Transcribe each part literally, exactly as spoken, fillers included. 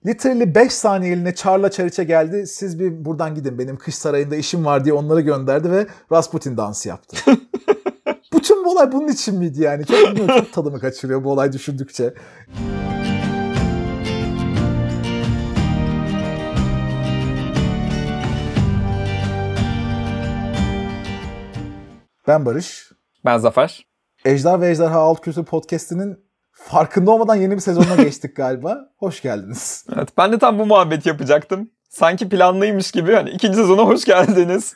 literally beş saniyeliğine Char'la Çariç'e geldi. Siz bir buradan gidin, benim kış sarayında işim var diye onları gönderdi ve Rasputin dansı yaptı. Bütün bu olay bunun için miydi yani? Çok, çok tadımı kaçırıyor bu olay düşündükçe. Ben Barış. Ben Zafer. Ejder ve Ejderha Alt Kültür Podcast'inin farkında olmadan yeni bir sezonuna geçtik galiba. Hoş geldiniz. Evet, ben de tam bu muhabbeti yapacaktım. Sanki planlıymış gibi hani ikinci sezona hoş geldiniz.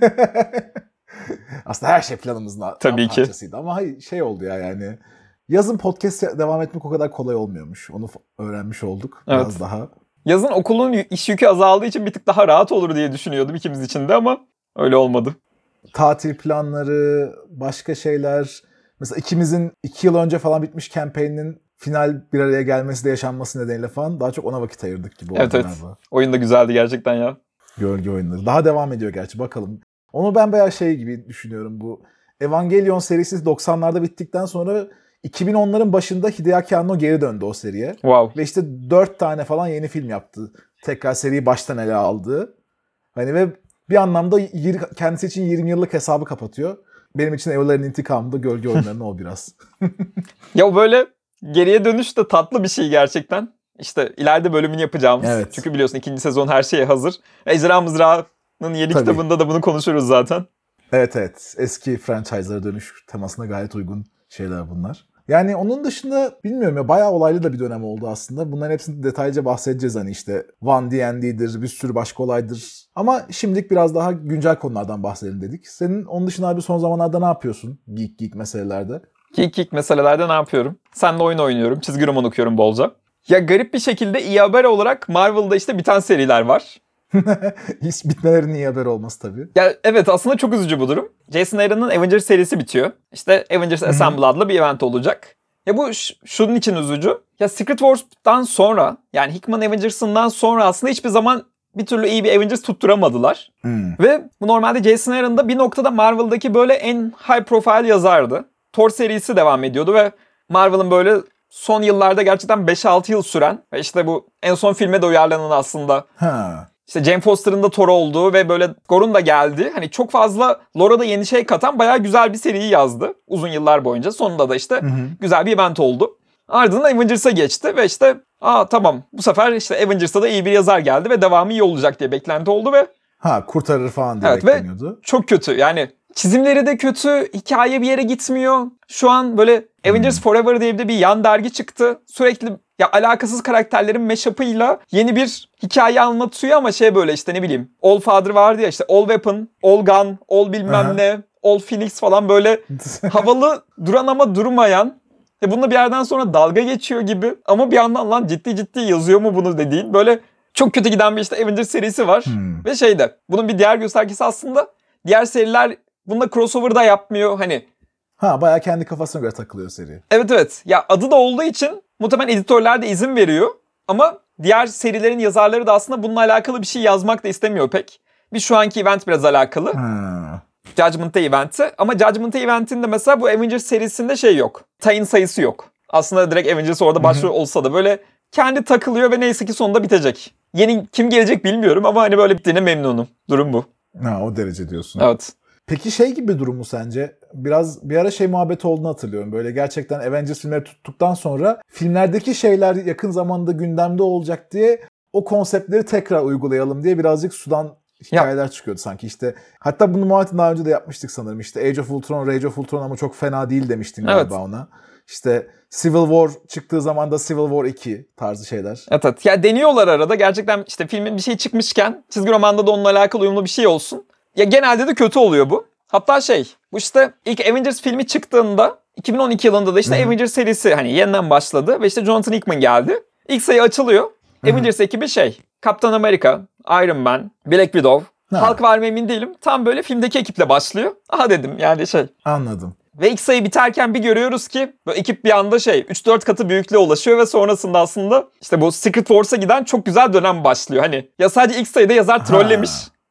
Aslında her şey planımızın Tabii ki. parçasıydı ama şey oldu ya yani. Yazın podcast devam etmek o kadar kolay olmuyormuş. Onu öğrenmiş olduk biraz evet. daha. Yazın okulun iş yükü azaldığı için bir tık daha rahat olur diye düşünüyordum ikimiz için de ama öyle olmadı. Tatil planları, başka şeyler. Mesela ikimizin iki yıl önce falan bitmiş campaign'in final bir araya gelmesi de yaşanması nedeniyle falan daha çok ona vakit ayırdık gibi oldu. Evet evet. Galiba. Oyun da güzeldi gerçekten ya. Gölge oyunları. Daha devam ediyor gerçi, bakalım. Onu ben bayağı şey gibi düşünüyorum, bu Evangelion serisi doksanlarda bittikten sonra iki bin onların başında Hideaki Anno geri döndü o seriye. Wow. Ve işte dört tane falan yeni film yaptı. Tekrar seriyi baştan ele aldı. Hani ve bir anlamda kendisi için yirmi yıllık hesabı kapatıyor. Benim için Evlerin intikamı da gölge oyunlarına o biraz. Ya böyle geriye dönüş de tatlı bir şey gerçekten. İşte ileride bölümünü yapacağımız. Evet. Çünkü biliyorsun ikinci sezon her şeye hazır. Ejderha Mızrağı'nın yeni Tabii. kitabında da bunu konuşuruz zaten. Evet evet. Eski franchise'lara dönüş temasına gayet uygun şeyler bunlar. Yani onun dışında bilmiyorum ya, bayağı olaylı da bir dönem oldu aslında. Bunların hepsini detaylıca bahsedeceğiz, hani işte One D and D'dir, bir sürü başka olaydır. Ama şimdilik biraz daha güncel konulardan bahsedelim dedik. Senin onun dışında abi son zamanlarda ne yapıyorsun geek geek meselelerde? Geek geek meselelerde ne yapıyorum? Seninle oyun oynuyorum, çizgi roman okuyorum bolca. Ya garip bir şekilde iyi haber olarak Marvel'da işte biten seriler var. Hiç bitmelerinin iyi haber olması tabii. Ya evet, aslında çok üzücü bu durum. Jason Aaron'ın Avengers serisi bitiyor. İşte Avengers Assemble adlı bir event olacak. Ya bu ş- şunun için üzücü. Ya Secret Wars'tan sonra, yani Hickman Avengers'ından sonra aslında hiçbir zaman bir türlü iyi bir Avengers tutturamadılar. Hmm. Ve bu normalde Jason Aaron da bir noktada Marvel'daki böyle en high profile yazardı. Thor serisi devam ediyordu ve Marvel'ın böyle son yıllarda gerçekten beş altı yıl süren ve işte bu en son filme de uyarlanan aslında. Ha. İşte Jane Foster'ın da Thor olduğu ve böyle Gor'un da geldi. Hani çok fazla lore'a da yeni şey katan bayağı güzel bir seriyi yazdı uzun yıllar boyunca. Sonunda da işte hı hı. güzel bir event oldu. Ardından Avengers'a geçti ve işte aa tamam bu sefer işte Avengers'ta da iyi bir yazar geldi ve devamı iyi olacak diye beklenti oldu ve ha kurtarır falan diye evet, bekleniyordu. Ve çok kötü yani çizimleri de kötü, hikaye bir yere gitmiyor. Şu an böyle Avengers hmm. Forever diye bir yan dergi çıktı. Sürekli ya alakasız karakterlerin mashup'ıyla yeni bir hikaye anlatıyor ama şey böyle işte ne bileyim. All Father vardı ya, işte All Weapon, All Gun, All bilmem Aha. ne, All Phoenix falan böyle havalı duran ama durmayan. Ve bununla bir yerden sonra dalga geçiyor gibi ama bir yandan lan ciddi ciddi yazıyor mu bunu dediğin böyle çok kötü giden bir işte Avengers serisi var. Hmm. Ve şeyde bunun bir diğer göstergesi aslında diğer seriler bunda crossover da yapmıyor hani. Ha bayağı kendi kafasına göre takılıyor seri. Evet evet. Ya adı da olduğu için muhtemelen editörler de izin veriyor. Ama diğer serilerin yazarları da aslında bununla alakalı bir şey yazmak da istemiyor pek. Bir şu anki event biraz alakalı. Ha. Judgment Day eventi. Ama Judgment Day eventinde mesela bu Avengers serisinde şey yok. Tie-in sayısı yok. Aslında direkt Avengers orada başlıyor olsa da böyle kendi takılıyor ve neyse ki sonunda bitecek. Yeni kim gelecek bilmiyorum ama hani böyle bittiğine memnunum. Durum bu. Ha o derece diyorsun. Evet. Peki şey gibi bir durum mu sence? Biraz bir ara şey muhabbeti olduğunu hatırlıyorum. Böyle gerçekten Avengers filmleri tuttuktan sonra filmlerdeki şeyler yakın zamanda gündemde olacak diye o konseptleri tekrar uygulayalım diye birazcık sudan hikayeler ya. çıkıyordu sanki işte. Hatta bunu muhabbetini daha önce de yapmıştık sanırım. İşte Age of Ultron, Rage of Ultron ama çok fena değil demiştin galiba evet. ona. İşte Civil War çıktığı zaman da Civil War iki tarzı şeyler. Evet evet. Ya deniyorlar arada. Gerçekten işte filmin bir şey çıkmışken çizgi romanda da onunla alakalı uyumlu bir şey olsun. Ya genelde de kötü oluyor bu. Hatta şey, bu işte ilk Avengers filmi çıktığında iki bin on iki yılında da işte Hı-hı. Avengers serisi hani yeniden başladı ve işte Jonathan Hickman geldi. İlk sayı açılıyor. Hı-hı. Avengers ekibi şey, Captain America, Iron Man, Black Widow, ha. Hulk var mı emin değilim. Tam böyle filmdeki ekiple başlıyor. Aha dedim yani şey. Anladım. Ve ilk sayı biterken bir görüyoruz ki böyle ekip bir anda şey üç dört katı büyüklüğe ulaşıyor ve sonrasında aslında işte bu Secret Wars'a giden çok güzel dönem başlıyor. Hani ya sadece ilk sayıda yazar trollemiş.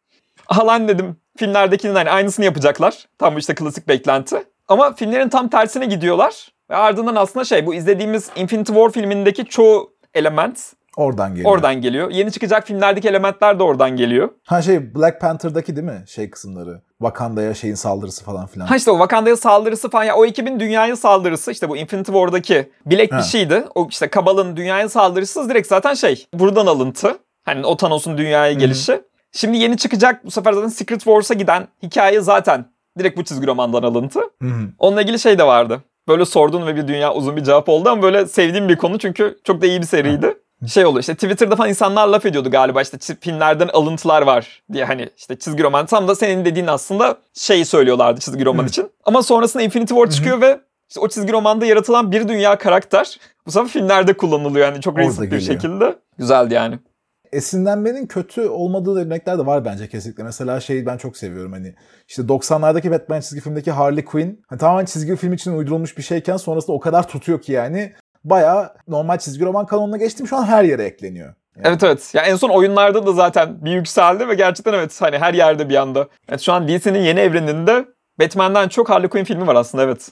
Aha lan dedim. Filmlerdekinin hani aynısını yapacaklar. Tam işte klasik beklenti. Ama filmlerin tam tersine gidiyorlar. Ve ardından aslında şey bu izlediğimiz Infinity War filmindeki çoğu element Oradan geliyor. Oradan geliyor. Yeni çıkacak filmlerdeki elementler de oradan geliyor. Ha şey Black Panther'daki değil mi? Şey kısımları. Wakanda'ya şeyin saldırısı falan filan. Ha işte o Wakanda'ya saldırısı falan. Ya o ekibin dünyaya saldırısı işte bu Infinity War'daki bilek bir Ha. şeydi. O işte Kabal'ın dünyaya saldırısı direkt zaten şey buradan alıntı. Hani o Thanos'un dünyaya gelişi. Şimdi yeni çıkacak bu sefer zaten Secret Wars'a giden hikaye zaten direkt bu çizgi romandan alıntı. Hı-hı. Onunla ilgili şey de vardı. Böyle sordun ve bir dünya uzun bir cevap oldu ama böyle sevdiğim bir konu çünkü çok da iyi bir seriydi. Şey oluyor işte Twitter'da falan insanlar laf ediyordu galiba işte çi- filmlerden alıntılar var diye hani işte çizgi roman tam da senin dediğin aslında şeyi söylüyorlardı çizgi roman Hı. için. Ama sonrasında Infinity War çıkıyor ve işte o çizgi romanda yaratılan bir dünya karakter bu sefer filmlerde kullanılıyor yani çok Orada realistik bir geliyor. şekilde. Güzeldi yani. Esinlenmenin kötü olmadığı örnekler de var bence kesinlikle. Mesela şeyi ben çok seviyorum hani işte doksanlardaki Batman çizgi filmdeki Harley Quinn hani tamamen çizgi film için uydurulmuş bir şeyken sonrasında o kadar tutuyor ki yani bayağı normal çizgi roman kanonuna geçtim şu an her yere ekleniyor. Yani. Evet evet. Ya en son oyunlarda da zaten bir yükseldi ve gerçekten evet hani her yerde bir anda. Evet şu an D C'nin yeni evreninde Batman'den çok Harley Quinn filmi var aslında evet.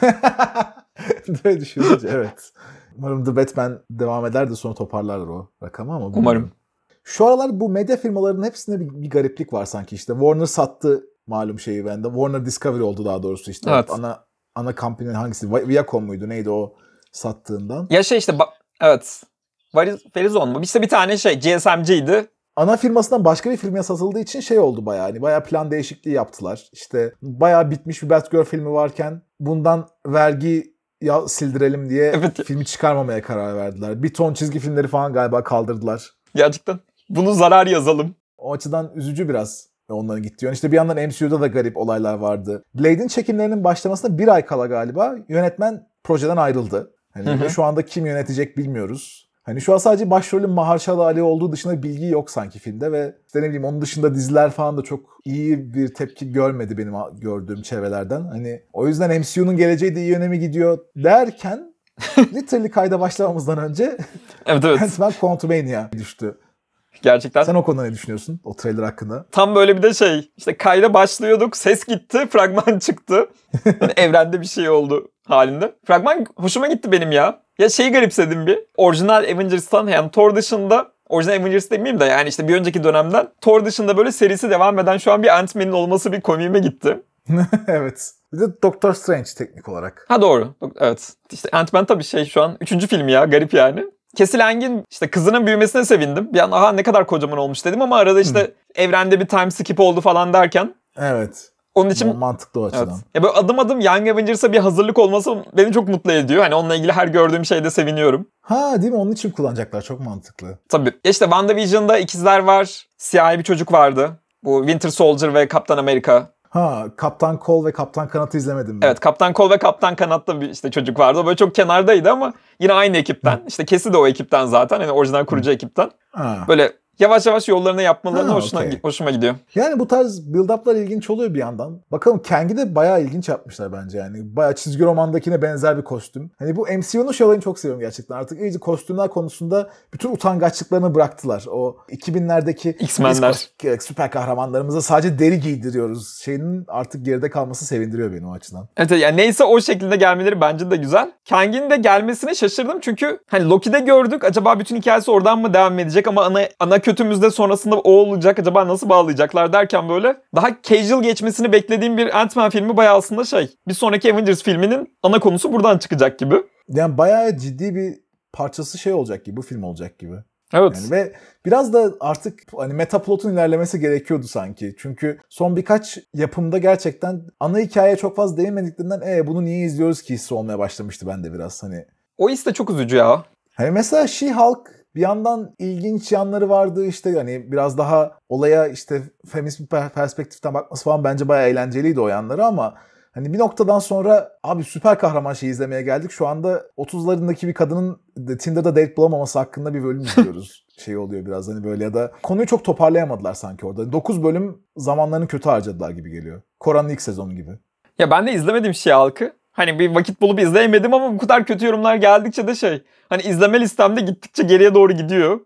Böyle düşününce evet. Umarım The Batman devam eder de sonra toparlarlar o rakamı ama. Umarım. Bilmiyorum. Şu aralar bu medya firmalarının hepsinde bir, bir gariplik var sanki işte. Warner sattı malum şeyi bende. Warner Discovery oldu daha doğrusu işte. Evet. Ana ana kampanyanın hangisi? Vi- Viacom muydu? Neydi o sattığından? Ya şey işte ba- evet. Variz- Verizon mu? İşte bir tane şey G S M C'ydi. Ana firmasından başka bir firmaya satıldığı için şey oldu bayağı. Hani bayağı plan değişikliği yaptılar. İşte bayağı bitmiş bir Batgirl filmi varken bundan vergi ya sildirelim diye Evet. filmi çıkarmamaya karar verdiler. Bir ton çizgi filmleri falan galiba kaldırdılar. Gerçekten. Bunu zarar yazalım. O açıdan üzücü biraz onların gittiği yön. İşte bir yandan M C U'da da garip olaylar vardı. Blade'in çekimlerinin başlamasına bir ay kala galiba yönetmen projeden ayrıldı. Hani Hı hı. ve şu anda kim yönetecek bilmiyoruz. Hani şu an sadece başrolün Mahershala Ali olduğu dışında bilgi yok sanki filmde ve işte ne bileyim onun dışında diziler falan da çok iyi bir tepki görmedi benim gördüğüm çevrelerden. Hani o yüzden M C U'nun geleceği de iyi yönemi gidiyor derken literally kayda başlamamızdan önce Evet evet. Ant-Man Quantumania düştü. Gerçekten. Sen o konuda ne düşünüyorsun? O trailer hakkında. Tam böyle bir de şey işte kayda başlıyorduk ses gitti fragman çıktı. Yani evrende bir şey oldu halinde. Fragman hoşuma gitti benim ya. Ya şeyi garipsedim bir. Orijinal Avengers'tan yani Thor dışında orijinal Avengers demeyeyim de yani işte bir önceki dönemden Thor dışında böyle serisi devam eden şu an bir Ant-Man'in olması bir komiğime gitti. Evet. Bir de Doctor Strange teknik olarak. Ha doğru. Evet. İşte Ant-Man tabii şey şu an üçüncü filmi ya garip yani. Cassie Lang'in işte kızının büyümesine sevindim. Bir an aha ne kadar kocaman olmuş dedim ama arada işte Hı. evrende bir time skip oldu falan derken. Evet. Onun için mantıklı o açıdan. Evet. Ya böyle adım adım Young Avengers'a bir hazırlık olması beni çok mutlu ediyor. Hani onunla ilgili her gördüğüm şeyde seviniyorum. Ha değil mi? Onun için kullanacaklar. Çok mantıklı. Tabii. Ya işte WandaVision'da ikizler var. Siyahi bir çocuk vardı. Bu Winter Soldier ve Kaptan Amerika. Ha, Kaptan Kol ve Kaptan Kanat'ı izlemedim ben. Evet, Kaptan Kol ve Kaptan Kanat'ta bir işte çocuk vardı. O böyle çok kenardaydı ama yine aynı ekipten. Hı. İşte Cassie de o ekipten zaten. Yani orijinal kurucu Hı. ekipten. Ha. Böyle yavaş yavaş yollarını yapmalarına ha, hoşuna, okay. hoşuma gidiyor. Yani bu tarz build-up'lar ilginç oluyor bir yandan. Bakalım Kang'i de bayağı ilginç yapmışlar bence yani. Bayağı çizgi romandakine benzer bir kostüm. Hani bu M C U'nun şeylerini çok seviyorum gerçekten. Artık iyice kostümler konusunda bütün utangaçlıklarını bıraktılar. O iki binlerdeki X-Men'ler. Süper kahramanlarımıza sadece deri giydiriyoruz. Şeyinin artık geride kalması sevindiriyor beni o açıdan. Evet yani neyse o şekilde gelmeleri bence de güzel. Kang'in de gelmesine şaşırdım çünkü hani Loki'de gördük. Acaba bütün hikayesi oradan mı devam edecek ama ana, ana kötümüzde sonrasında o olacak. Acaba nasıl bağlayacaklar derken böyle daha casual geçmesini beklediğim bir Ant-Man filmi bayağı aslında şey. Bir sonraki Avengers filminin ana konusu buradan çıkacak gibi. Yani bayağı ciddi bir parçası şey olacak gibi. Bu film olacak gibi. Evet. Yani ve biraz da artık hani metaplotun ilerlemesi gerekiyordu sanki. Çünkü son birkaç yapımda gerçekten ana hikayeye çok fazla değinmediklerinden e bunu niye izliyoruz ki hissi olmaya başlamıştı bende biraz hani. O his de çok üzücü ya. Hani mesela She-Hulk bir yandan ilginç yanları vardı işte hani biraz daha olaya işte feminist bir perspektiften bakması falan bence bayağı eğlenceliydi o yanları ama hani bir noktadan sonra abi süper kahraman şeyi izlemeye geldik. Şu anda otuzlarındaki bir kadının Tinder'da date bulamaması hakkında bir bölüm izliyoruz. Şey oluyor biraz hani böyle ya da konuyu çok toparlayamadılar sanki orada. dokuz bölüm zamanlarını kötü harcadılar gibi geliyor. Kora'nın ilk sezonu gibi. Ya ben de izlemedim She-Hulk'ı. Hani bir vakit bulup izleyemedim ama bu kadar kötü yorumlar geldikçe de şey. Hani izleme listemde gittikçe geriye doğru gidiyor.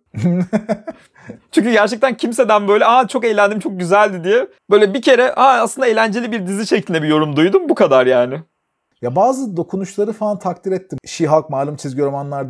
Çünkü gerçekten kimseden böyle aa çok eğlendim çok güzeldi diye böyle bir kere aa aslında eğlenceli bir dizi şeklinde bir yorum duydum. Bu kadar yani. Ya bazı dokunuşları falan takdir ettim. She-Hulk malum çizgi romanlarda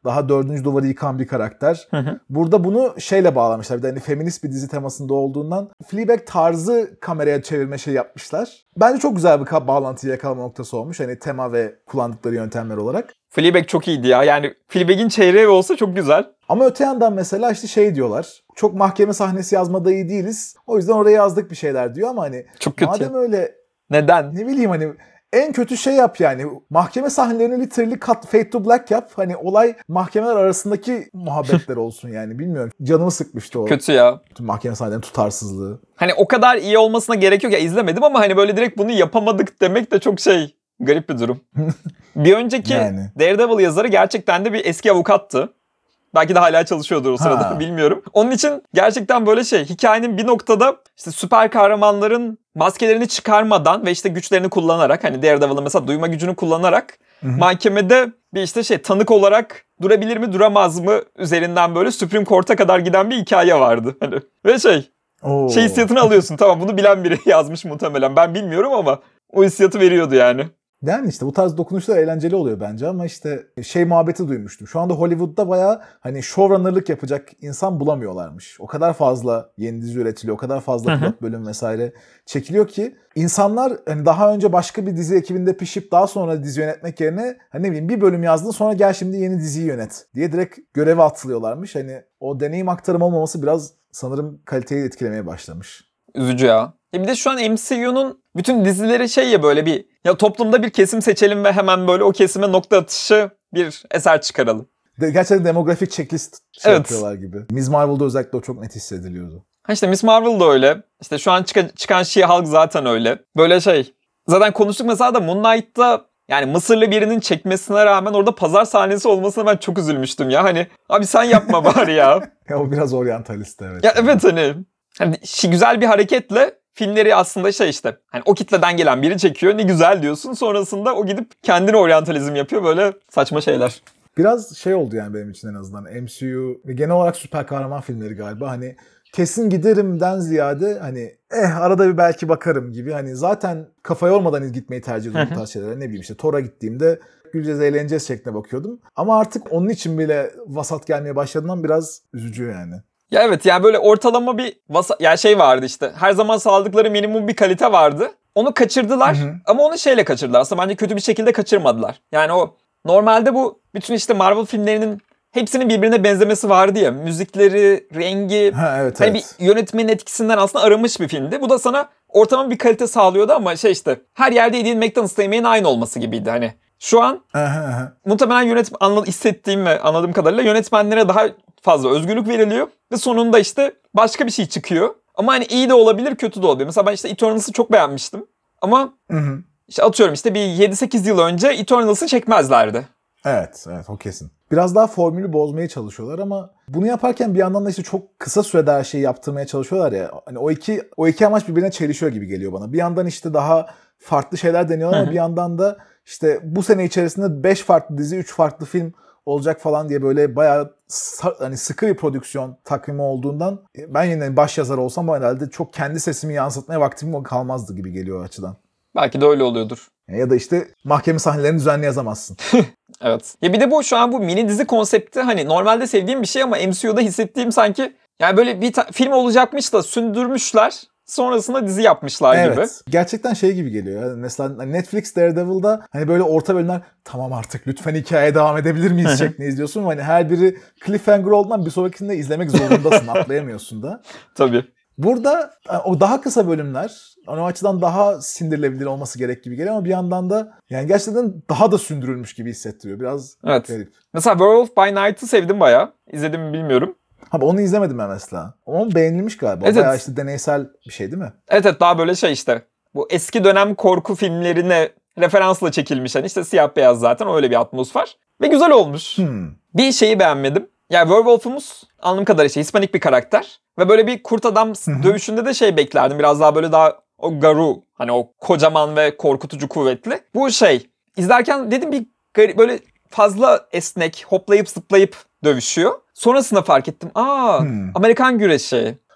daha dördüncü duvarı yıkan bir karakter. Hı hı. Burada bunu şeyle bağlamışlar. Bir de hani feminist bir dizi temasında olduğundan Fleabag tarzı kameraya çevirme şey yapmışlar. Bence çok güzel bir ka- bağlantıyı yakalama noktası olmuş. Hani tema ve kullandıkları yöntemler olarak. Fleabag çok iyiydi ya. Yani Fleabag'in çeyreği olsa çok güzel. Ama öte yandan mesela işte şey diyorlar. Çok mahkeme sahnesi yazmada iyi değiliz. O yüzden oraya yazdık bir şeyler diyor ama hani Çok kötü. madem öyle Neden? ne bileyim hani en kötü şey yap yani. Mahkeme sahnelerini literally cut fade to black yap. Hani olay mahkemeler arasındaki muhabbetler olsun yani. Bilmiyorum. Canımı sıkmıştı o. Kötü ya. Tüm mahkeme sahnelerinin tutarsızlığı. Hani o kadar iyi olmasına gerek yok ya, izlemedim ama hani böyle direkt bunu yapamadık demek de çok şey garip bir durum. Bir önceki Yani. Daredevil yazarı gerçekten de bir eski avukattı. Belki de hala çalışıyordur o sırada Ha. bilmiyorum. Onun için gerçekten böyle şey hikayenin bir noktada işte süper kahramanların maskelerini çıkarmadan ve işte güçlerini kullanarak hani Daredevil'ın mesela duyma gücünü kullanarak Hı hı. mahkemede bir işte şey tanık olarak durabilir mi duramaz mı üzerinden böyle Supreme Court'a kadar giden bir hikaye vardı. Hani ve şey Oo. şey hissiyatını alıyorsun, tamam bunu bilen biri yazmış muhtemelen, ben bilmiyorum ama o hissiyatı veriyordu yani. Yani işte bu tarz dokunuşlar eğlenceli oluyor bence ama işte şey muhabbeti duymuştum. Şu anda Hollywood'da bayağı hani showrunner'lık yapacak insan bulamıyorlarmış. O kadar fazla yeni dizi üretiliyor, o kadar fazla pilot bölüm vesaire çekiliyor ki insanlar hani daha önce başka bir dizi ekibinde pişip daha sonra dizi yönetmek yerine hani ne bileyim bir bölüm yazdın sonra gel şimdi yeni diziyi yönet diye direkt göreve atılıyorlarmış. Hani o deneyim aktarım olmaması biraz sanırım kaliteyi etkilemeye başlamış. Üzücü ya. Ya bir de şu an M C U'nun bütün dizileri şey ya böyle bir ya toplumda bir kesim seçelim ve hemen böyle o kesime nokta atışı bir eser çıkaralım. De, gerçekten demografik checklist şey Evet. yapıyorlar gibi. Miz Marvel'da özellikle o çok net hissediliyordu. Ha işte Miss Marvel da öyle. İşte şu an çıkan, çıkan She-Hulk zaten öyle. Böyle şey. Zaten konuştuk mesela da Moon Knight'ta yani Mısırlı birinin çekmesine rağmen orada pazar sahnesi olmasına ben çok üzülmüştüm ya. Hani abi sen yapma bari ya. Ya o biraz oryantalist evet. Ya evet hani. Hani şi- güzel bir hareketle filmleri aslında şey işte. Hani o kitleden gelen biri çekiyor. Ne güzel diyorsun. Sonrasında o gidip kendine oryantalizm yapıyor. Böyle saçma şeyler. Biraz şey oldu yani benim için en azından. M C U ve genel olarak süper kahraman filmleri galiba hani kesin giderimden ziyade hani eh arada bir belki bakarım gibi. Hani zaten kafa yormadan gitmeyi tercih ediyorum bu tarz şeylere. Ne bileyim işte Thor'a gittiğimde güleceğiz eğleneceğiz şeklinde bakıyordum. Ama artık onun için bile vasat gelmeye başladığından biraz üzücü yani. Ya evet yani böyle ortalama bir vasa- yani şey vardı işte. Her zaman sağladıkları minimum bir kalite vardı. Onu kaçırdılar Hı hı. ama onu şeyle kaçırdılar. Aslında bence kötü bir şekilde kaçırmadılar. Yani o normalde bu bütün işte Marvel filmlerinin hepsinin birbirine benzemesi vardı ya. Müzikleri, rengi, Ha evet hani evet. bir yönetmenin etkisinden aslında aramış bir filmdi. Bu da sana ortalama bir kalite sağlıyordu ama şey işte her yerde yediğin McDonald's'ta yemeğin aynı olması gibiydi hani. Şu an Aha, aha. muhtemelen yönetmen anla, hissettiğim ve anladığım kadarıyla yönetmenlere daha fazla özgürlük veriliyor ve sonunda işte başka bir şey çıkıyor. Ama hani iyi de olabilir, kötü de olabilir. Mesela ben işte Eternals'ı çok beğenmiştim. Ama Hı hı. işte atıyorum işte bir yedi sekiz yıl önce Eternals'ı çekmezlerdi. Evet, evet o kesin. Biraz daha formülü bozmaya çalışıyorlar ama bunu yaparken bir yandan da işte çok kısa sürede her şeyi yaptırmaya çalışıyorlar ya. Hani o iki o iki amaç birbirine çelişiyor gibi geliyor bana. Bir yandan işte daha farklı şeyler deniyorlar ama bir yandan da işte bu sene içerisinde beş farklı dizi, üç farklı film olacak falan diye böyle bayağı sa- hani sıkı bir prodüksiyon takvimi olduğundan ben yine baş yazar olsam herhalde çok kendi sesimi yansıtmaya vaktim kalmazdı gibi geliyor o açıdan. Belki de öyle oluyordur. Ya da işte mahkeme sahnelerini düzenli yazamazsın. Evet. Ya bir de bu şu an bu mini dizi konsepti hani normalde sevdiğim bir şey ama M C U'da hissettiğim sanki yani böyle bir ta- film olacakmış da sündürmüşler. Sonrasında dizi yapmışlar evet. gibi. Gerçekten şey gibi geliyor. Ya. Mesela Netflix Daredevil'da hani böyle orta bölümler tamam artık lütfen hikayeye devam edebilir miyiz şeklinde izliyorsun. Hani her biri cliffhanger olduğundan bir sonrakinde izlemek zorundasın. Atlayamıyorsun da. Tabii. Burada o daha kısa bölümler o açıdan daha sindirilebilir olması gerek gibi geliyor ama bir yandan da yani gerçekten daha da sündürülmüş gibi hissettiriyor. Biraz Evet. garip. Mesela Werewolf by Night'ı sevdim bayağı. İzledim mi bilmiyorum. Ha onu izlemedim ben mesela. Ama beğenilmiş galiba. Evet. Bayağı işte deneysel bir şey değil mi? Evet evet daha böyle şey işte. Bu eski dönem korku filmlerine referansla çekilmiş. Hani işte siyah beyaz zaten öyle bir atmosfer. Ve güzel olmuş. Hmm. Bir şeyi beğenmedim. Yani Werewolf'umuz anladığım kadarıyla işte Hispanik bir karakter. Ve böyle bir kurt adam hı. dövüşünde de şey beklerdim. Biraz daha böyle daha o garu hani o kocaman ve korkutucu kuvvetli. Bu şey izlerken dedim bir garip böyle fazla esnek hoplayıp zıplayıp dövüşüyor. Sonrasında fark ettim. Aa Hmm. Amerikan güreşi.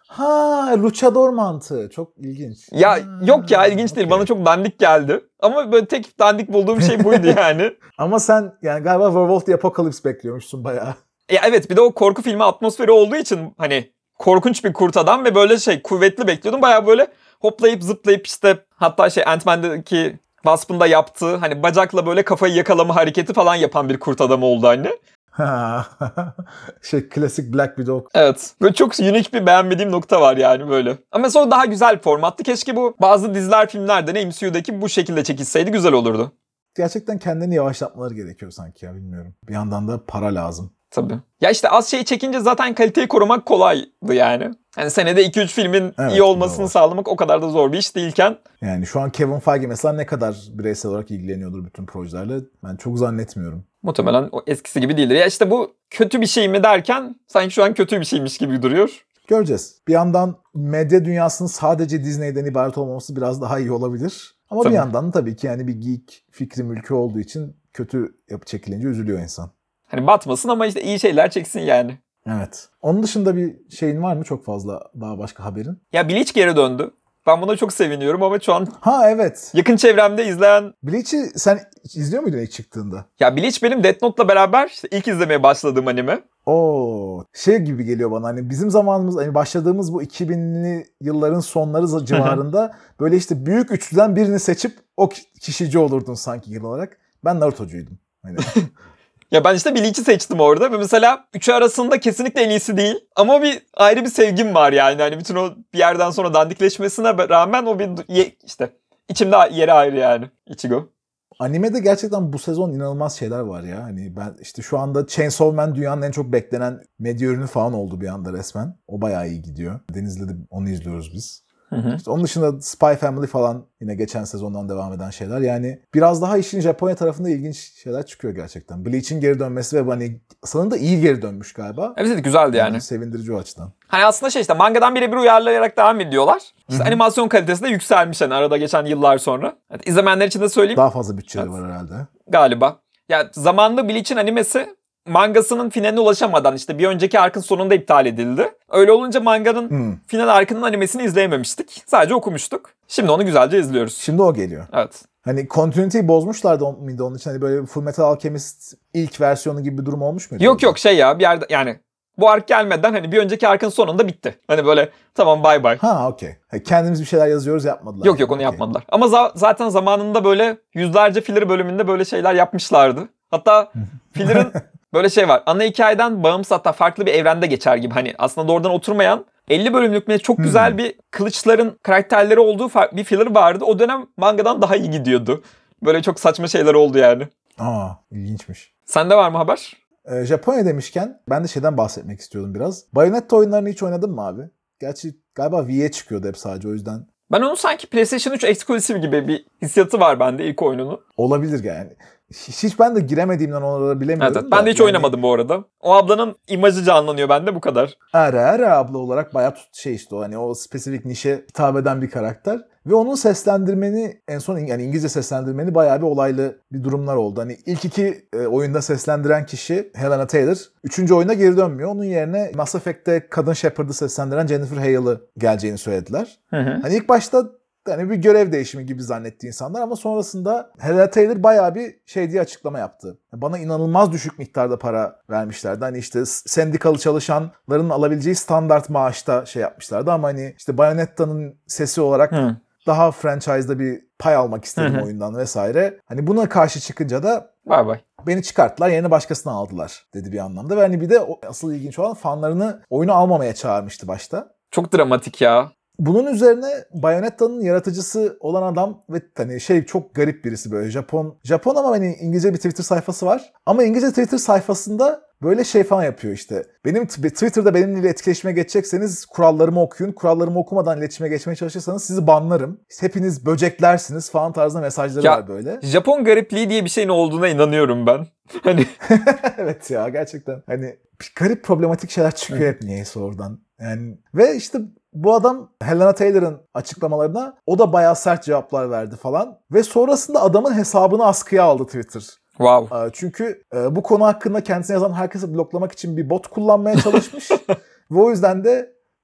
Ha, luchador mantığı. Çok ilginç. Ya Ha, yok ya ilginç değil. okey. Bana çok dandik geldi. Ama böyle tek dandik bulduğum şey buydu yani. Ama sen yani galiba Werewolf the Apocalypse bekliyormuşsun bayağı. Ya evet bir de o korku filmi atmosferi olduğu için hani korkunç bir kurt adam ve böyle şey kuvvetli bekliyordum. Bayağı böyle hoplayıp zıplayıp işte hatta şey Ant-Man'deki Wasp'ın da yaptığı hani bacakla böyle kafayı yakalama hareketi falan yapan bir kurt adam oldu hani. Ha, şey klasik Black Widow. Evet. Böyle çok unik bir beğenmediğim nokta var yani böyle. Ama sonra daha güzel bir formattı. Keşke bu bazı diziler filmlerde de M C U'daki bu şekilde çekilseydi güzel olurdu. Gerçekten kendini yavaşlatmaları gerekiyor sanki ya, bilmiyorum. Bir yandan da para lazım. Tabii. Ya işte az şey çekince zaten kaliteyi korumak kolaydı yani. Yani senede iki üç filmin Evet, iyi olmasını doğru. sağlamak o kadar da zor bir iş değilken. Yani şu an Kevin Feige mesela ne kadar bireysel olarak ilgileniyordur bütün projelerle, ben çok zannetmiyorum. Muhtemelen o eskisi gibi değildir. Ya işte bu kötü bir şey mi derken sanki şu an kötü bir şeymiş gibi duruyor. Göreceğiz. Bir yandan medya dünyasının sadece Disney'den ibaret olmaması biraz daha iyi olabilir. Ama Tabii. bir yandan da tabii ki yani bir geek fikri mülkü olduğu için kötü yapı çekilince üzülüyor insan. Hani batmasın ama işte iyi şeyler çeksin yani. Evet. Onun dışında bir şeyin var mı çok fazla daha başka haberin? Ya Bleach geri döndü. Ben buna çok seviniyorum ama şu an Ha evet. yakın çevremde izleyen... Bleach'i sen izliyor muydun ilk çıktığında? Ya Bleach benim Death Note'la beraber işte ilk izlemeye başladığım anime. Oo, şey gibi geliyor bana, hani bizim zamanımız, hani başladığımız bu iki binli yılların sonları civarında böyle işte büyük üçlüden birini seçip o kişici olurdun sanki yıl olarak. Ben Naruto'cuydum. Hani Ya ben işte Bleach'i seçtim orada ve mesela üçü arasında kesinlikle en iyisi değil. Ama bir ayrı bir sevgim var yani. Hani bütün o bir yerden sonra dandikleşmesine rağmen o bir ye- işte içimde yeri ayrı yani Ichigo. animede gerçekten bu sezon inanılmaz şeyler var ya. Hani ben işte şu anda Chainsaw Man dünyanın en çok beklenen medya ürünü falan oldu bir anda resmen. O bayağı iyi gidiyor. Deniz'le de onu izliyoruz biz. Hı hı. İşte onun dışında Spy Family falan yine geçen sezondan devam eden şeyler. Yani biraz daha işin Japonya tarafında ilginç şeyler çıkıyor gerçekten. Bleach'in geri dönmesi ve hani sanırım da iyi geri dönmüş galiba. Evet evet, güzeldi yani. Yani sevindirici o açıdan. Hani aslında şey işte mangadan birebir uyarlayarak devam ediyorlar. İşte Hı hı. animasyon kalitesi de yükselmiş hani arada geçen yıllar sonra. Evet, izlemeyenler için de söyleyeyim Daha fazla bütçeleri Evet. var herhalde. galiba. Ya zamanında Bleach'in animesi mangasının finaline ulaşamadan işte bir önceki arkın sonunda iptal edildi. Öyle olunca manganın Hmm. final arkının animesini izleyememiştik. Sadece okumuştuk. Şimdi onu güzelce izliyoruz. Şimdi o geliyor. Evet. Hani continuity'yi bozmuşlardı on- mıydı onun için? Hani böyle Full Metal Alchemist ilk versiyonu gibi bir durum olmuş muydu? Yok orada? yok şey ya bir yerde yani bu ark gelmeden hani bir önceki arkın sonunda bitti. Hani böyle tamam bay bay. Ha okey. Ha, kendimiz bir şeyler yazıyoruz yapmadılar. Yok yok onu Okey. yapmadılar. Ama za- zaten zamanında böyle yüzlerce filler bölümünde böyle şeyler yapmışlardı. Hatta filler'ın böyle şey var. Ana hikayeden bağımsız hatta farklı bir evrende geçer gibi. Hani aslında doğrudan oturmayan elli bölümlük mü çok güzel Hmm. bir kılıçların karakterleri olduğu fa- bir filler vardı. O dönem mangadan daha iyi gidiyordu. Böyle çok saçma şeyler oldu yani. Aa, ilginçmiş. Sende var mı haber? Ee, Japonya demişken ben de şeyden bahsetmek istiyordum biraz. Bayonetta oyunlarını hiç oynadın mı abi? Gerçi galiba V'ye çıkıyordu hep sadece, o yüzden. Ben onun sanki PlayStation üç eksklusif gibi bir hissiyatı var bende ilk oyununu. Olabilir yani. Hiç, hiç ben de giremediğimden onları bilemiyorum Evet, evet. da. Ben de hiç yani oynamadım bu arada. O ablanın imajı canlanıyor bende bu kadar. Ara Ara abla olarak bayağı tut- şey işte o hani o spesifik nişe hitap eden bir karakter. Ve onun seslendirmeni en son yani İngilizce seslendirmeni bayağı bir olaylı bir durumlar oldu. Hani ilk iki e, oyunda seslendiren kişi Helena Taylor. Üçüncü oyuna geri dönmüyor. Onun yerine Mass Effect'te kadın Shepard'ı seslendiren Jennifer Hale'ı geleceğini söylediler. Hı hı. Hani ilk başta yani bir görev değişimi gibi zannetti insanlar ama sonrasında Helena Taylor bayağı bir şey diye açıklama yaptı. Bana inanılmaz düşük miktarda para vermişlerdi. Hani işte sendikalı çalışanların alabileceği standart maaşta şey yapmışlardı ama hani işte Bayonetta'nın sesi olarak Hı. daha franchise'da bir pay almak istedim Hı hı. oyundan vesaire. Hani buna karşı çıkınca da Bay bay. beni çıkarttılar, yerine başkasını aldılar dedi bir anlamda. Ve hani bir de o, asıl ilginç olan fanlarını oyunu almamaya çağırmıştı başta. Çok dramatik ya. Bunun üzerine Bayonetta'nın yaratıcısı olan adam ve hani şey çok garip birisi, böyle Japon. Japon ama hani İngilizce bir Twitter sayfası var. Ama İngilizce Twitter sayfasında böyle şey falan yapıyor işte. Benim Twitter'da benimle iletişime geçecekseniz kurallarımı okuyun. Kurallarımı okumadan iletişime geçmeye çalışırsanız sizi banlarım. Hepiniz böceklersiniz falan tarzında mesajları Ya, var böyle. Japon garipliği diye bir şeyin olduğuna inanıyorum ben. Hani Evet ya, gerçekten. Hani garip problematik şeyler çıkıyor hep niyeyse oradan. Yani ve işte bu adam Helena Taylor'ın açıklamalarına o da bayağı sert cevaplar verdi falan. Ve sonrasında adamın hesabını askıya aldı Twitter. wow. Çünkü bu konu hakkında kendisine yazan herkesi bloklamak için bir bot kullanmaya çalışmış. Ve o yüzden de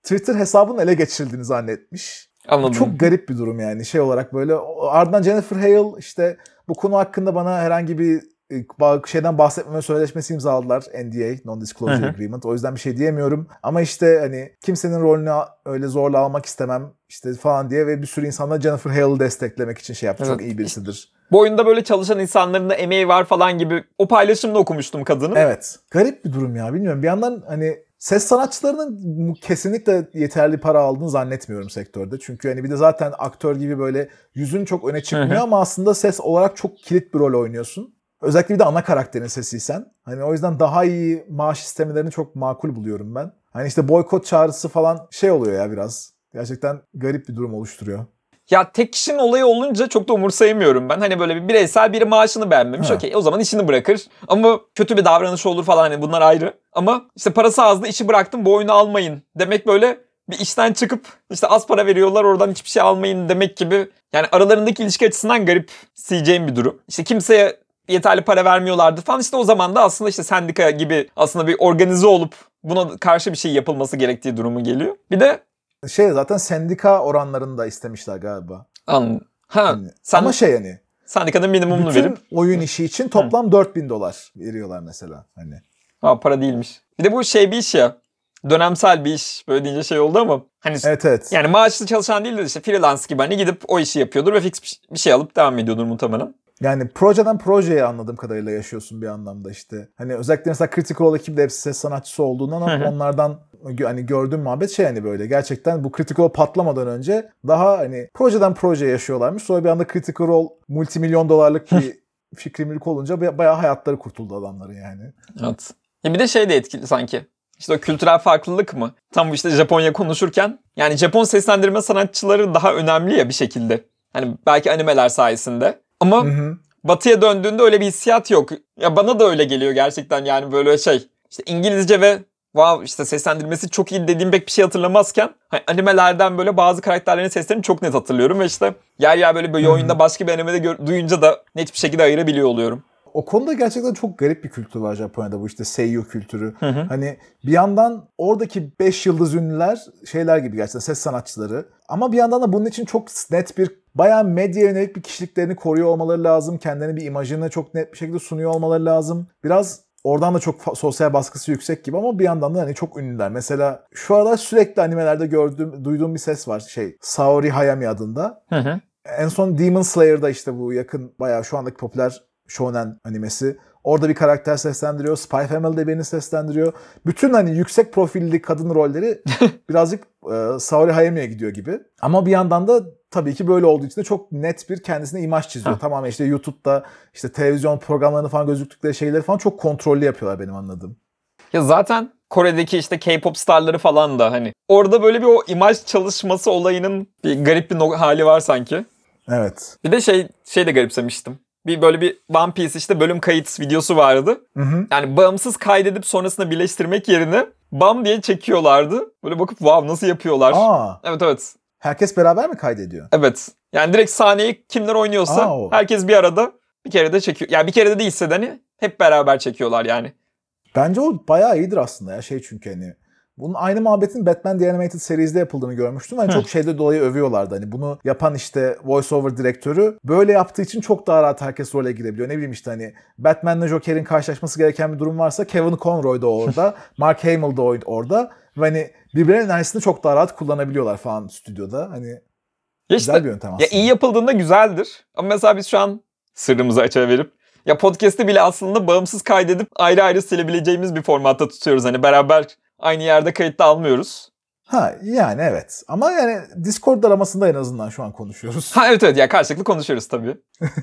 Twitter hesabının ele geçirildiğini zannetmiş. Anladım. Çok garip bir durum yani şey olarak böyle. Ardından Jennifer Hale işte bu konu hakkında bana herhangi bir şeyden bahsetmeme sözleşmesi imzaladılar. N D A, Non-Disclosure Agreement. O yüzden bir şey diyemiyorum. Ama işte hani kimsenin rolünü öyle zorla almak istemem işte falan diye ve bir sürü insanlar Jennifer Hale'ı desteklemek için şey yaptı. Evet. Çok iyi birisidir. Bu oyunda böyle çalışan insanların da emeği var falan gibi o paylaşımda okumuştum kadını. Evet. Garip bir durum ya. Bilmiyorum. Bir yandan hani ses sanatçılarının kesinlikle yeterli para aldığını zannetmiyorum sektörde. Çünkü hani bir de zaten aktör gibi böyle yüzün çok öne çıkmıyor hı hı. ama aslında ses olarak çok kilit bir rol oynuyorsun. Özellikle bir de ana karakterin sesiysen. Hani o yüzden daha iyi maaş sistemlerini çok makul buluyorum ben. Hani işte boykot çağrısı falan şey oluyor ya biraz. Gerçekten garip bir durum oluşturuyor. Ya tek kişinin olayı olunca çok da umursayamıyorum ben. Hani böyle bir bireysel biri maaşını beğenmemiş. Okey o zaman işini bırakır. Ama kötü bir davranış olur falan hani bunlar ayrı. Ama işte parası azdı işi bıraktım bu oyunu almayın demek böyle bir işten çıkıp işte az para veriyorlar oradan hiçbir şey almayın demek gibi. Yani aralarındaki ilişki açısından garip sileceğim bir durum. İşte kimseye yeterli para vermiyorlardı falan. İşte o zaman da aslında işte sendika gibi aslında bir organize olup buna karşı bir şey yapılması gerektiği durumu geliyor. Bir de şey zaten sendika oranlarını da istemişler galiba. Anladım. Ha, yani, sen, ama şey hani sendikanın minimumunu bütün verip bütün oyun işi için toplam Hı. dört bin dolar veriyorlar mesela hani. Ha, para değilmiş. Bir de bu şey bir iş ya. Dönemsel bir iş. Böyle deyince şey oldu ama hani evet, evet. Yani maaşlı çalışan değil de işte freelance gibi hani gidip o işi yapıyordur ve fix bir şey alıp devam ediyordur muhtemelen. Yani projeden projeye anladığım kadarıyla yaşıyorsun bir anlamda işte. Hani özellikle mesela Critical Role ekibi de hepsi ses sanatçısı olduğundan hı hı. onlardan hani gördüğüm muhabbet şey hani böyle gerçekten bu Critical Role patlamadan önce daha hani projeden projeye yaşıyorlarmış. Sonra bir anda Critical Role multimilyon dolarlık bir fikri mülk olunca bayağı hayatları kurtuldu adamların yani. Evet. Ya bir de şey de etkili sanki. İşte o kültürel farklılık mı? Tam bu işte Japonya konuşurken yani Japon seslendirme sanatçıları daha önemli ya bir şekilde. Hani belki animeler sayesinde. Ama hı hı. Batı'ya döndüğünde öyle bir hissiyat yok. Ya bana da öyle geliyor gerçekten yani böyle şey. İşte İngilizce ve wow işte seslendirmesi çok iyi dediğim pek bir şey hatırlamazken hani animelerden böyle bazı karakterlerin seslerini çok net hatırlıyorum ve işte yer yer böyle bir oyunda başka bir animede gör- duyunca da net bir şekilde ayırabiliyor oluyorum. O konuda gerçekten çok garip bir kültür var Japonya'da bu işte seiyuu kültürü. Hı hı. Hani bir yandan oradaki beş yıldız ünlüler şeyler gibi gerçekten ses sanatçıları. Ama bir yandan da bunun için çok net bir bayağı medya yönelik bir kişiliklerini koruyor olmaları lazım. Kendilerine bir imajını çok net bir şekilde sunuyor olmaları lazım. Biraz oradan da çok sosyal baskısı yüksek gibi ama bir yandan da hani çok ünlüler. Mesela şu aralar sürekli animelerde gördüğüm, duyduğum bir ses var şey Saori Hayami adında. Hı hı. En son Demon Slayer'da işte bu yakın bayağı şu andaki popüler shonen animesi. Orada bir karakter seslendiriyor. Spy Family'de birini seslendiriyor. Bütün hani yüksek profilli kadın rolleri birazcık e, Saori Hayami'ye gidiyor gibi. Ama bir yandan da tabii ki böyle olduğu için de çok net bir kendisine imaj çiziyor. Tamamen işte YouTube'da işte televizyon programlarını falan gözüktükleri şeyleri falan çok kontrollü yapıyorlar benim anladığım. Ya zaten Kore'deki işte K-pop starları falan da hani orada böyle bir o imaj çalışması olayının bir garip bir hali var sanki. Evet. Bir de şey şey de garipsemiştim. Bir böyle bir One Piece işte bölüm kayıt videosu vardı. Hı hı. Yani bağımsız kaydedip sonrasında birleştirmek yerine bam diye çekiyorlardı. Böyle bakıp wow nasıl yapıyorlar. Aa. Evet evet. Herkes beraber mi kaydediyor? Evet. Yani direkt sahneyi kimler oynuyorsa Aa, herkes bir arada bir kere de çekiyor. Yani bir kere de değilse de hani hep beraber çekiyorlar yani. Bence o bayağı iyidir aslında ya şey çünkü hani bunun aynı muhabbetin Batman The Animated Series'de yapıldığını görmüştüm. Hani çok şeyde dolayı övüyorlardı. Hani bunu yapan işte voiceover direktörü böyle yaptığı için çok daha rahat herkes role girebiliyor. Ne bileyim işte hani Batman'le Joker'in karşılaşması gereken bir durum varsa Kevin Conroy da orada, Mark Hamill da orada ve hani birbirlerinin enerjisini çok daha rahat kullanabiliyorlar falan stüdyoda. Hani ya güzel işte, bir yöntem aslında. Ya iyi yapıldığında güzeldir. Ama mesela biz şu an sırrımızı açıverip ya podcast'i bile aslında bağımsız kaydedip ayrı ayrı silebileceğimiz bir formatta tutuyoruz. Hani beraber aynı yerde kayıtta almıyoruz. Ha yani evet. Ama yani Discord aramasında en azından şu an konuşuyoruz. Ha evet evet ya karşılıklı konuşuyoruz tabii.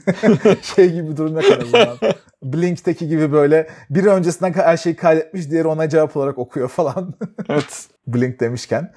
şey gibi bir durum yok en azından. Blink'teki gibi böyle biri öncesinden her şeyi kaydetmiş diğeri ona cevap olarak okuyor falan. Evet. Blink demişken.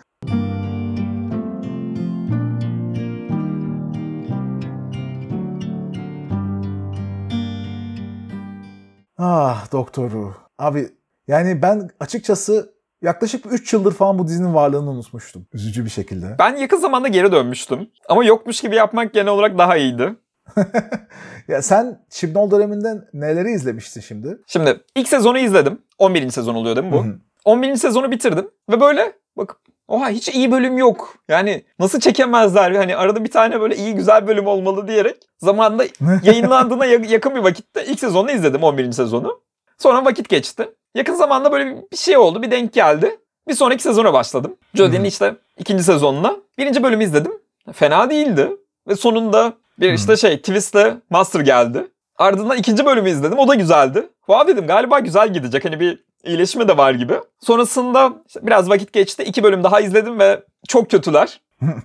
Ah doktoru. Abi yani ben açıkçası yaklaşık üç yıldır falan bu dizinin varlığını unutmuştum. Üzücü bir şekilde. Ben yakın zamanda geri dönmüştüm. Ama yokmuş gibi yapmak genel olarak daha iyiydi. Ya sen Chibnall döneminden neleri izlemiştin şimdi? Şimdi ilk sezonu izledim. on birinci sezon oluyor değil mi bu? Hı hı. on birinci sezonu bitirdim. Ve böyle bakıp Oha hiç iyi bölüm yok. Yani nasıl çekemezler? Hani arada bir tane böyle iyi güzel bölüm olmalı diyerek zamanında yayınlandığına yakın bir vakitte ilk sezonu izledim, on birinci sezonu. Sonra vakit geçti. Yakın zamanda böyle bir şey oldu, bir denk geldi. Bir sonraki sezona başladım. Jodie'nin işte ikinci sezonuna. Birinci bölümü izledim. Fena değildi. Ve sonunda bir işte şey twistle Master geldi. Ardından ikinci bölümü izledim. O da güzeldi. Wow dedim, galiba güzel gidecek. Hani bir iyileşme de var gibi. Sonrasında işte biraz vakit geçti. İki bölüm daha izledim ve çok kötüler.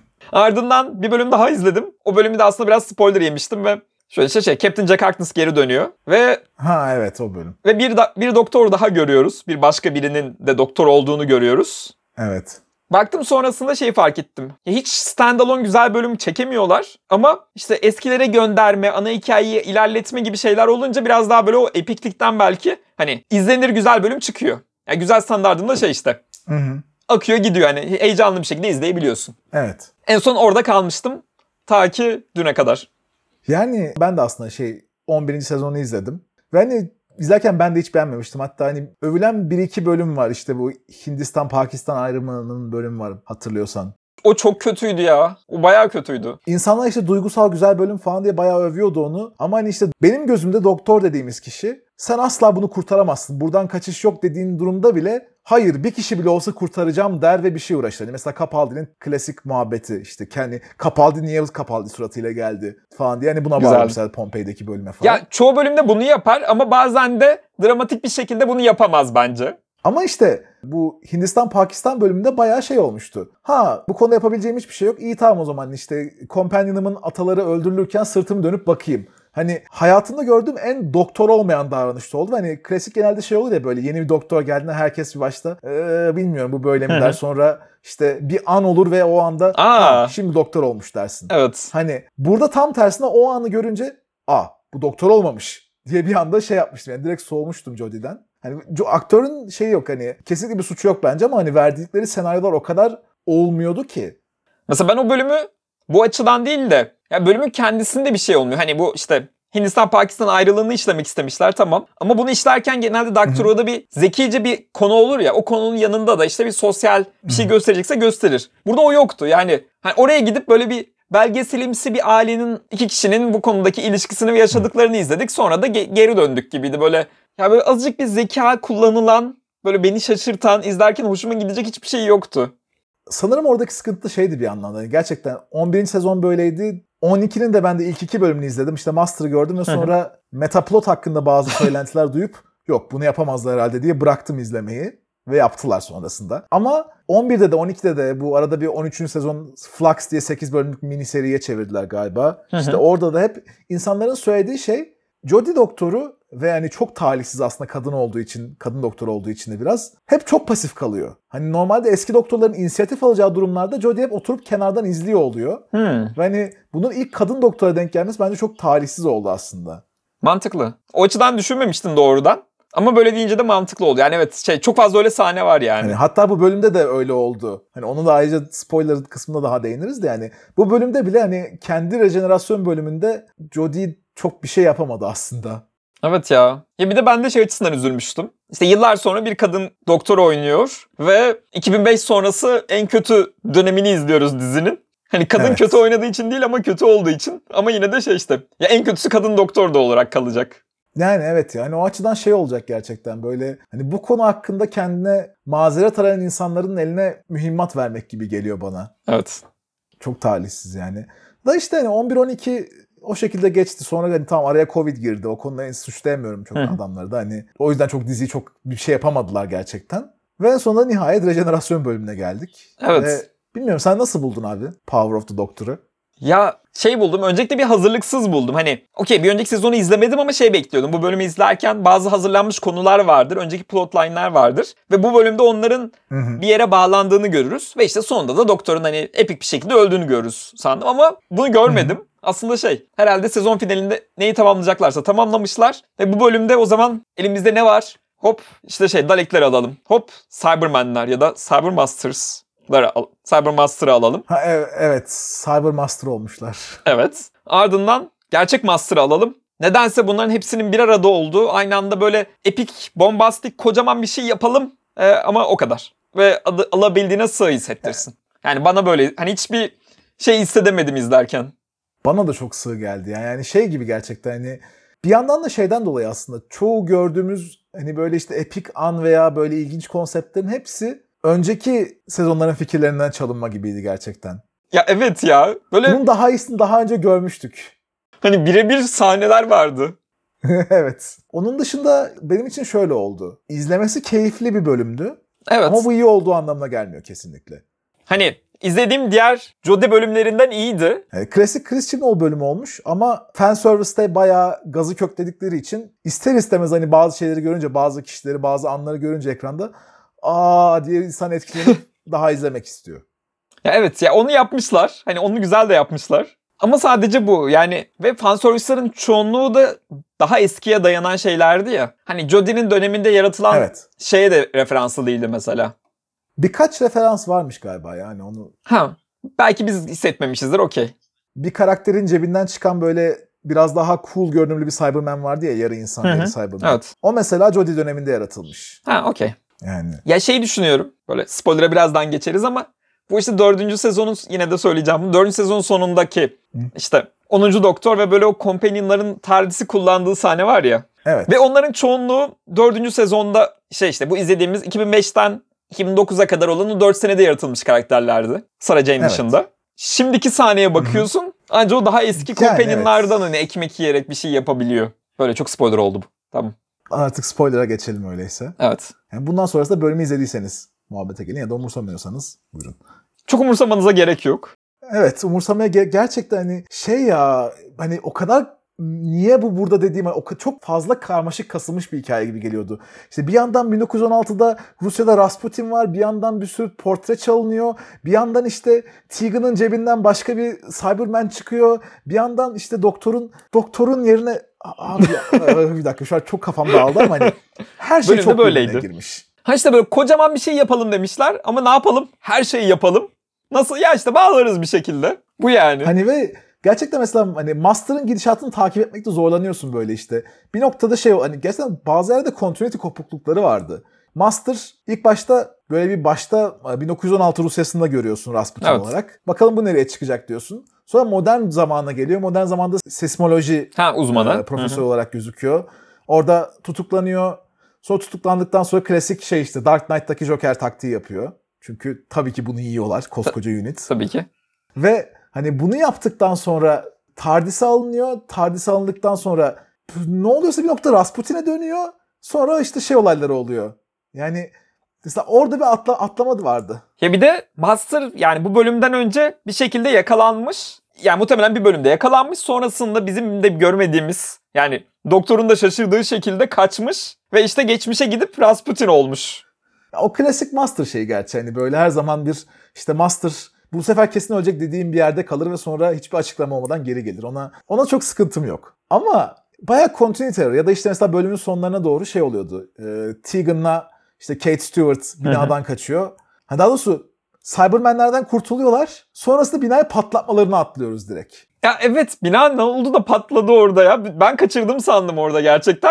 Ardından bir bölüm daha izledim. O bölümü de aslında biraz spoiler yemiştim ve şöyle işte şey Captain Jack Harkness geri dönüyor. Ve ha evet o bölüm. Ve bir, da, bir doktor daha görüyoruz. Bir başka birinin de doktor olduğunu görüyoruz. Evet. Baktım sonrasında şeyi fark ettim. Ya hiç standalone güzel bölüm çekemiyorlar. Ama işte eskilere gönderme, ana hikayeyi ilerletme gibi şeyler olunca biraz daha böyle o epiklikten belki hani izlenir güzel bölüm çıkıyor. Yani güzel standardında şey işte. Hı hı. Akıyor gidiyor hani heyecanlı bir şekilde izleyebiliyorsun. Evet. En son orada kalmıştım. Ta ki düne kadar. Yani ben de aslında şey on birinci sezonu izledim. Ve hani izlerken ben de hiç beğenmemiştim. Hatta hani övülen bir iki bölüm var. İşte bu Hindistan-Pakistan ayrımının bölümü var hatırlıyorsan. O çok kötüydü ya. O bayağı kötüydü. İnsanlar işte duygusal güzel bölüm falan diye bayağı övüyordu onu. Ama hani işte benim gözümde doktor dediğimiz kişi sen asla bunu kurtaramazsın. Buradan kaçış yok dediğin durumda bile hayır bir kişi bile olsa kurtaracağım der ve bir şey uğraşır. Hani mesela Capaldi'nin klasik muhabbeti işte kendi Capaldi niye Capaldi suratıyla geldi falan diye. Hani buna bağlı mesela Pompei'deki bölüme falan. Ya çoğu bölümde bunu yapar ama bazen de dramatik bir şekilde bunu yapamaz bence. Ama işte bu Hindistan-Pakistan bölümünde bayağı şey olmuştu. Ha bu konuda yapabileceğim hiçbir şey yok. İyi tamam o zaman işte companion'ımın ataları öldürülürken sırtımı dönüp bakayım. Hani hayatımda gördüğüm en doktor olmayan davranışta oldu. Hani klasik genelde şey olur ya böyle yeni bir doktor geldiğinde herkes bir başta ee, bilmiyorum bu böyle mi der. Sonra işte bir an olur ve o anda ha, şimdi doktor olmuş dersin. Evet. Hani burada tam tersine o anı görünce aa bu doktor olmamış diye bir anda şey yapmıştım. Yani direkt soğumuştum Jodie'den. Hani aktörün şeyi yok hani kesinlikle bir suçu yok bence ama hani verdikleri senaryolar o kadar olmuyordu ki. Mesela ben o bölümü bu açıdan değil de ya bölümün kendisinde bir şey olmuyor. Hani bu işte Hindistan-Pakistan ayrılığını işlemek istemişler tamam. Ama bunu işlerken genelde Doctor Who'da bir zekice bir konu olur ya. O konunun yanında da işte bir sosyal bir şey gösterecekse gösterir. Burada o yoktu. Yani hani oraya gidip böyle bir belgeselimsi bir ailenin iki kişinin bu konudaki ilişkisini ve yaşadıklarını izledik. Sonra da ge- geri döndük gibiydi böyle. Ya böyle azıcık bir zeka kullanılan, böyle beni şaşırtan, izlerken hoşuma gidecek hiçbir şey yoktu. Sanırım oradaki sıkıntı şeydi bir anlamda. Yani gerçekten on birinci sezon böyleydi. on ikinin de ben de ilk iki bölümünü izledim. İşte Master'ı gördüm ve sonra Metaplot hakkında bazı söylentiler duyup yok bunu yapamazlar herhalde diye bıraktım izlemeyi. Ve yaptılar sonrasında. Ama on birde de on ikide de bu arada bir on üçüncü sezon Flux diye sekiz bölümlük mini seriye çevirdiler galiba. İşte orada da hep insanların söylediği şey Jodie doktoru ve yani çok talihsiz aslında kadın olduğu için, kadın doktor olduğu için de biraz hep çok pasif kalıyor. Hani normalde eski doktorların inisiyatif alacağı durumlarda Jodie hep oturup kenardan izliyor oluyor. Hmm. Ve hani bunun ilk kadın doktora denk gelmesi bence çok talihsiz oldu aslında. Mantıklı. O açıdan düşünmemiştim doğrudan. Ama böyle deyince de mantıklı oldu. Yani evet şey çok fazla öyle sahne var yani. Hani hatta bu bölümde de öyle oldu. Hani onu da ayrıca spoiler kısmında daha değiniriz de yani. Bu bölümde bile hani kendi rejenerasyon bölümünde Jodie çok bir şey yapamadı aslında. Evet ya. Ya bir de ben de şey açısından üzülmüştüm. İşte yıllar sonra bir kadın doktor oynuyor ve iki bin beş sonrası en kötü dönemini izliyoruz dizinin. Hani kadın evet. kötü oynadığı için değil ama kötü olduğu için. Ama yine de şey işte. Ya en kötüsü kadın doktor da olarak kalacak. Yani evet yani o açıdan şey olacak gerçekten böyle hani bu konu hakkında kendine mazeret arayan insanların eline mühimmat vermek gibi geliyor bana. Evet. Çok talihsiz yani. Da işte hani on bir on iki o şekilde geçti. Sonra hani tamam araya Covid girdi. O konuda suçlayamıyorum çok Hı. adamları da. Hani o yüzden çok diziyi çok bir şey yapamadılar gerçekten. Ve en sonunda nihayet rejenerasyon bölümüne geldik. Evet. Ve bilmiyorum sen nasıl buldun abi Power of the Doctor'ı? Ya şey buldum. Öncelikle bir hazırlıksız buldum. Hani okey bir önceki sezonu izlemedim ama şey bekliyordum. Bu bölümü izlerken bazı hazırlanmış konular vardır. Önceki plotline'lar vardır. Ve bu bölümde onların hı hı. bir yere bağlandığını görürüz. Ve işte sonunda da doktorun hani epik bir şekilde öldüğünü görürüz sandım. Ama bunu görmedim. Hı hı. Aslında şey herhalde sezon finalinde neyi tamamlayacaklarsa tamamlamışlar. Ve bu bölümde o zaman elimizde ne var? Hop işte şey Dalek'leri alalım. Hop Cybermen'ler ya da Cybermasters. Cybermaster'ı alalım. Ha, evet, evet. Cybermaster olmuşlar. Evet. Ardından gerçek Master'ı alalım. Nedense bunların hepsinin bir arada olduğu, aynı anda böyle epik, bombastik, kocaman bir şey yapalım. Ee, ama o kadar. ve adı, alabildiğine sığ hissettirsin. Yani bana böyle hani hiçbir şey hissedemedim izlerken. Bana da çok sığ geldi. Yani, yani şey gibi gerçekten hani bir yandan da şeyden dolayı aslında çoğu gördüğümüz hani böyle işte epik an veya böyle ilginç konseptlerin hepsi önceki sezonların fikirlerinden çalınma gibiydi gerçekten. Ya evet ya. Böyle bunun daha iyisini daha önce görmüştük. Hani birebir sahneler vardı. Evet. Onun dışında benim için şöyle oldu. İzlemesi keyifli bir bölümdü. Evet. Ama bu iyi olduğu anlamına gelmiyor kesinlikle. Hani izlediğim diğer Jodie bölümlerinden iyiydi. Yani klasik Chris Chibnall bölümü olmuş ama fanservice'te bayağı gazı kökledikleri için ister istemez hani bazı şeyleri görünce, bazı kişileri, bazı anları görünce ekranda aa diye insan etkilenip daha izlemek istiyor. Ya evet ya onu yapmışlar. Hani onu güzel de yapmışlar. Ama sadece bu yani ve fanservice'ların çoğunluğu da daha eskiye dayanan şeylerdi ya. Hani Jodie'nin döneminde yaratılan Evet. şeye de referanslı değildi mesela. Birkaç referans varmış galiba yani onu. Ha, belki biz hissetmemişizdir, okey. Bir karakterin cebinden çıkan böyle biraz daha cool görünümlü bir Cyberman vardı ya, yarı insan, Hı hı. yarı Cyberman. Evet. O mesela Jodie döneminde yaratılmış. Ha, okey. Yani. Ya şey düşünüyorum, böyle spoiler'a birazdan geçeriz ama bu işte dördüncü sezonun, yine de söyleyeceğim bunu, dördüncü sezonun sonundaki Hı. işte onuncu doktor ve böyle o companionların TARDIS'i kullandığı sahne var ya. Evet. Ve onların çoğunluğu dördüncü sezonda şey işte bu izlediğimiz iki bin beşten iki bin dokuza kadar olan o dört senede yaratılmış karakterlerdi. Sarah Jane Evet. dışında. Şimdiki sahneye bakıyorsun. Hı-hı. Ancak o daha eski yani companionlardan evet. hani ekmek yiyerek bir şey yapabiliyor. Böyle çok spoiler oldu bu. Tamam. Artık spoiler'a geçelim öyleyse. Evet. Yani bundan sonrası da bölümü izlediyseniz muhabbete gelin ya da umursamıyorsanız buyurun. Çok umursamanıza gerek yok. Evet, umursamaya ge- gerçekten hani şey ya hani o kadar niye bu burada dediğim o çok fazla karmaşık kasılmış bir hikaye gibi geliyordu. İşte bir yandan bin dokuz yüz on altıda Rusya'da Rasputin var, bir yandan bir sürü portre çalınıyor, bir yandan işte Tegan'ın cebinden başka bir Cyberman çıkıyor, bir yandan işte doktorun doktorun yerine abi bir dakika şu an çok kafam dağıldı ama hani her şey Bölümde çok böyleydi. birbirine girmiş. Ha işte böyle kocaman bir şey yapalım demişler ama ne yapalım? Her şeyi yapalım. Nasıl? Ya işte bağlarız bir şekilde. Bu yani. Hani ve gerçekten mesela hani Master'ın gidişatını takip etmekte zorlanıyorsun böyle işte. Bir noktada şey hani gerçekten bazı yerde continuity kopuklukları vardı. Master ilk başta böyle bir başta bin dokuz yüz on altı Rusya'sında görüyorsun Rasputin Evet. olarak. Bakalım bu nereye çıkacak diyorsun. Sonra modern zamana geliyor. Modern zamanda seismoloji ha, uzmanı. E, profesör olarak gözüküyor. Orada tutuklanıyor. Sonra tutuklandıktan sonra klasik şey işte Dark Knight'taki Joker taktiği yapıyor. Çünkü tabii ki bunu yiyorlar koskoca unit. Tabii ki. Ve hani bunu yaptıktan sonra TARDIS'e alınıyor. TARDIS'e alındıktan sonra ne oluyorsa bir nokta Rasputin'e dönüyor. Sonra işte şey olayları oluyor. Yani mesela orada bir atla, atlama vardı. Ya bir de Master yani bu bölümden önce bir şekilde yakalanmış. Yani muhtemelen bir bölümde yakalanmış. Sonrasında bizim de görmediğimiz yani doktorun da şaşırdığı şekilde kaçmış. Ve işte geçmişe gidip Rasputin olmuş. O klasik Master şeyi gerçi. Hani böyle her zaman bir işte Master bu sefer kesin ölecek dediğim bir yerde kalır ve sonra hiçbir açıklama olmadan geri gelir. Ona ona çok sıkıntım yok. Ama bayağı continuity error ya da işte mesela bölümün sonlarına doğru şey oluyordu. E, Tegan'la işte Kate Stewart binadan Hı-hı. kaçıyor. Ha daha doğrusu Cybermenlerden kurtuluyorlar. Sonrasında binayı patlatmalarını atlıyoruz direkt. Ya evet, bina ne oldu da patladı orada ya. Ben kaçırdım sandım orada gerçekten.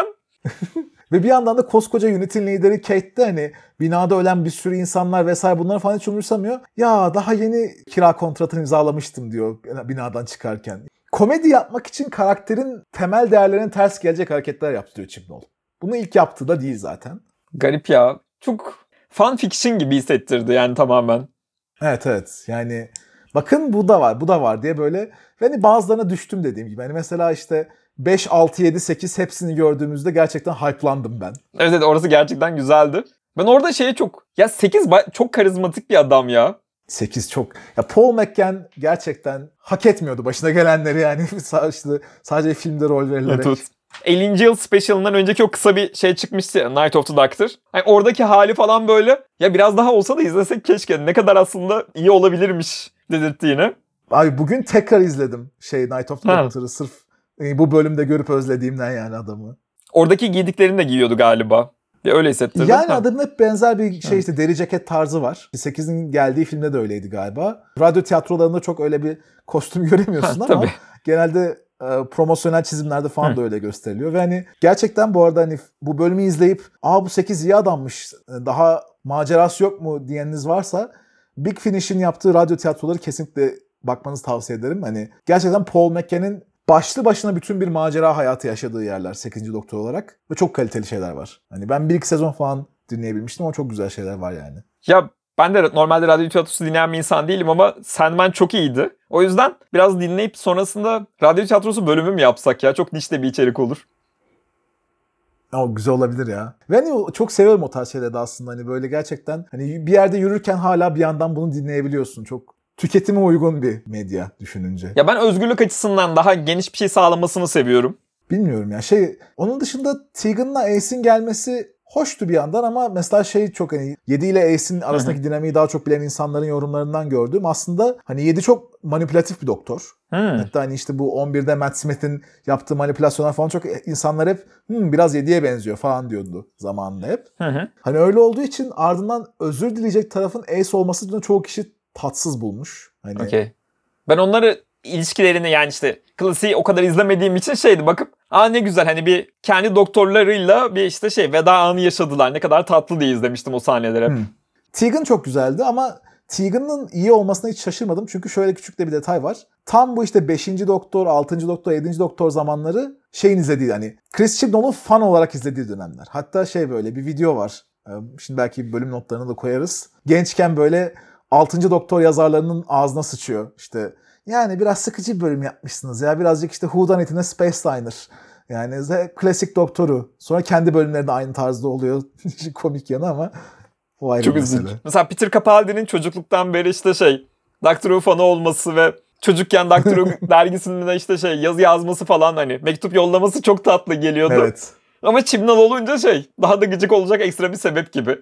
Ve bir yandan da koskoca Unity'nin lideri Kate de hani binada ölen bir sürü insanlar vesaire bunları falan hiç umursamıyor. Ya daha yeni kira kontratını imzalamıştım diyor binadan çıkarken. Komedi yapmak için karakterin temel değerlerine ters gelecek hareketler yaptırıyor Chibnall. Bunu ilk yaptığı da değil zaten. Garip ya. Çok fan fiction gibi hissettirdi yani tamamen. Evet evet yani bakın bu da var bu da var diye böyle. Ve hani bazılarına düştüm dediğim gibi. Hani mesela işte beş, altı, yedi, sekiz hepsini gördüğümüzde gerçekten hype'landım ben. Evet evet, orası gerçekten güzeldi. Ben orada şeye çok... Ya sekiz çok karizmatik bir adam ya. sekiz çok... Ya Paul McGann gerçekten hak etmiyordu başına gelenleri yani. işte sadece filmde rol verilerek. Evet. ellinci yıl special'ından önceki o kısa bir şey çıkmıştı ya, Night of the Doctor. Yani oradaki hali falan böyle ya biraz daha olsa da izlesek keşke. Ne kadar aslında iyi olabilirmiş dedirtti yine. Abi bugün tekrar izledim şey Night of the Doctor'ı sırf bu bölümde görüp özlediğimden yani adamı. Oradaki giydiklerini de giyiyordu galiba. Bir öyle hissettirdi. Yani adamın hep benzer bir şey işte deri ceket tarzı var. sekizin geldiği filmde de öyleydi galiba. Radyo tiyatrolarında çok öyle bir kostüm göremiyorsun ha, ama tabii. genelde e, promosyonel çizimlerde falan Hı. da öyle gösteriliyor. Ve hani gerçekten bu arada hani bu bölümü izleyip aa bu sekiz iyi adammış, daha macerası yok mu diyeniniz varsa Big Finish'in yaptığı radyo tiyatroları kesinlikle bakmanızı tavsiye ederim. Hani gerçekten Paul McGann'in başlı başına bütün bir macera hayatı yaşadığı yerler sekizinci Doktor olarak ve çok kaliteli şeyler var. Hani ben bir iki sezon falan dinleyebilmiştim ama çok güzel şeyler var yani. Ya ben de normalde radyo tiyatrosu dinleyen bir insan değilim ama Sandman çok iyiydi. O yüzden biraz dinleyip sonrasında radyo tiyatrosu bölümü mü yapsak ya? Çok niş de bir içerik olur. O güzel olabilir ya. Ve hani çok seviyorum o tarz şeyleri de aslında. Hani böyle gerçekten hani bir yerde yürürken hala bir yandan bunu dinleyebiliyorsun. Çok tüketime uygun bir medya düşününce. Ya ben özgürlük açısından daha geniş bir şey sağlamasını seviyorum. Bilmiyorum ya. Şey, onun dışında Tegan'la Ace'in gelmesi hoştu bir yandan ama mesela şey çok hani yedi ile Ace'in arasındaki dinamiği daha çok bilen insanların yorumlarından gördüğüm aslında hani yedi çok manipülatif bir doktor. Hmm. Hatta hani işte bu on birde Matt Smith'in yaptığı manipülasyonlar falan çok insanlar hep hmm, biraz yediye benziyor falan diyordu zamanında hep. Hı hı. Hani öyle olduğu için ardından özür dileyecek tarafın Ace olması da çoğu kişi tatsız bulmuş. Hani... Okay. Ben onları ilişkilerini yani işte klasiği o kadar izlemediğim için şeydi bakıp aa ne güzel hani bir kendi doktorlarıyla bir işte şey veda anı yaşadılar. Ne kadar tatlı diye izlemiştim o sahneleri hep. Hmm. Tegan çok güzeldi ama Tegan'ın iyi olmasına hiç şaşırmadım. Çünkü şöyle küçük de bir detay var. Tam bu işte beşinci Doktor, altıncı Doktor, yedinci Doktor zamanları şeyin izlediği hani Chris Chibnall'un fan olarak izlediği dönemler. Hatta şey böyle bir video var. Şimdi belki bölüm notlarını da koyarız. Gençken böyle altıncı Doktor yazarlarının ağzına sıçıyor. İşte yani biraz sıkıcı bir bölüm yapmışsınız ya. Birazcık işte Whodunit'ine Space Diner. Yani klasik doktoru. Sonra kendi bölümleri de aynı tarzda oluyor. Komik yanı ama o ayrı çok mesele. Üzücü. Mesela Peter Capaldi'nin çocukluktan beri işte şey Doctor Who fanı olması ve çocukken Doctor Who dergisinde işte şey yazı yazması falan hani mektup yollaması çok tatlı geliyordu. Evet. Ama Chibnall olunca şey daha da gıcık olacak ekstra bir sebep gibi.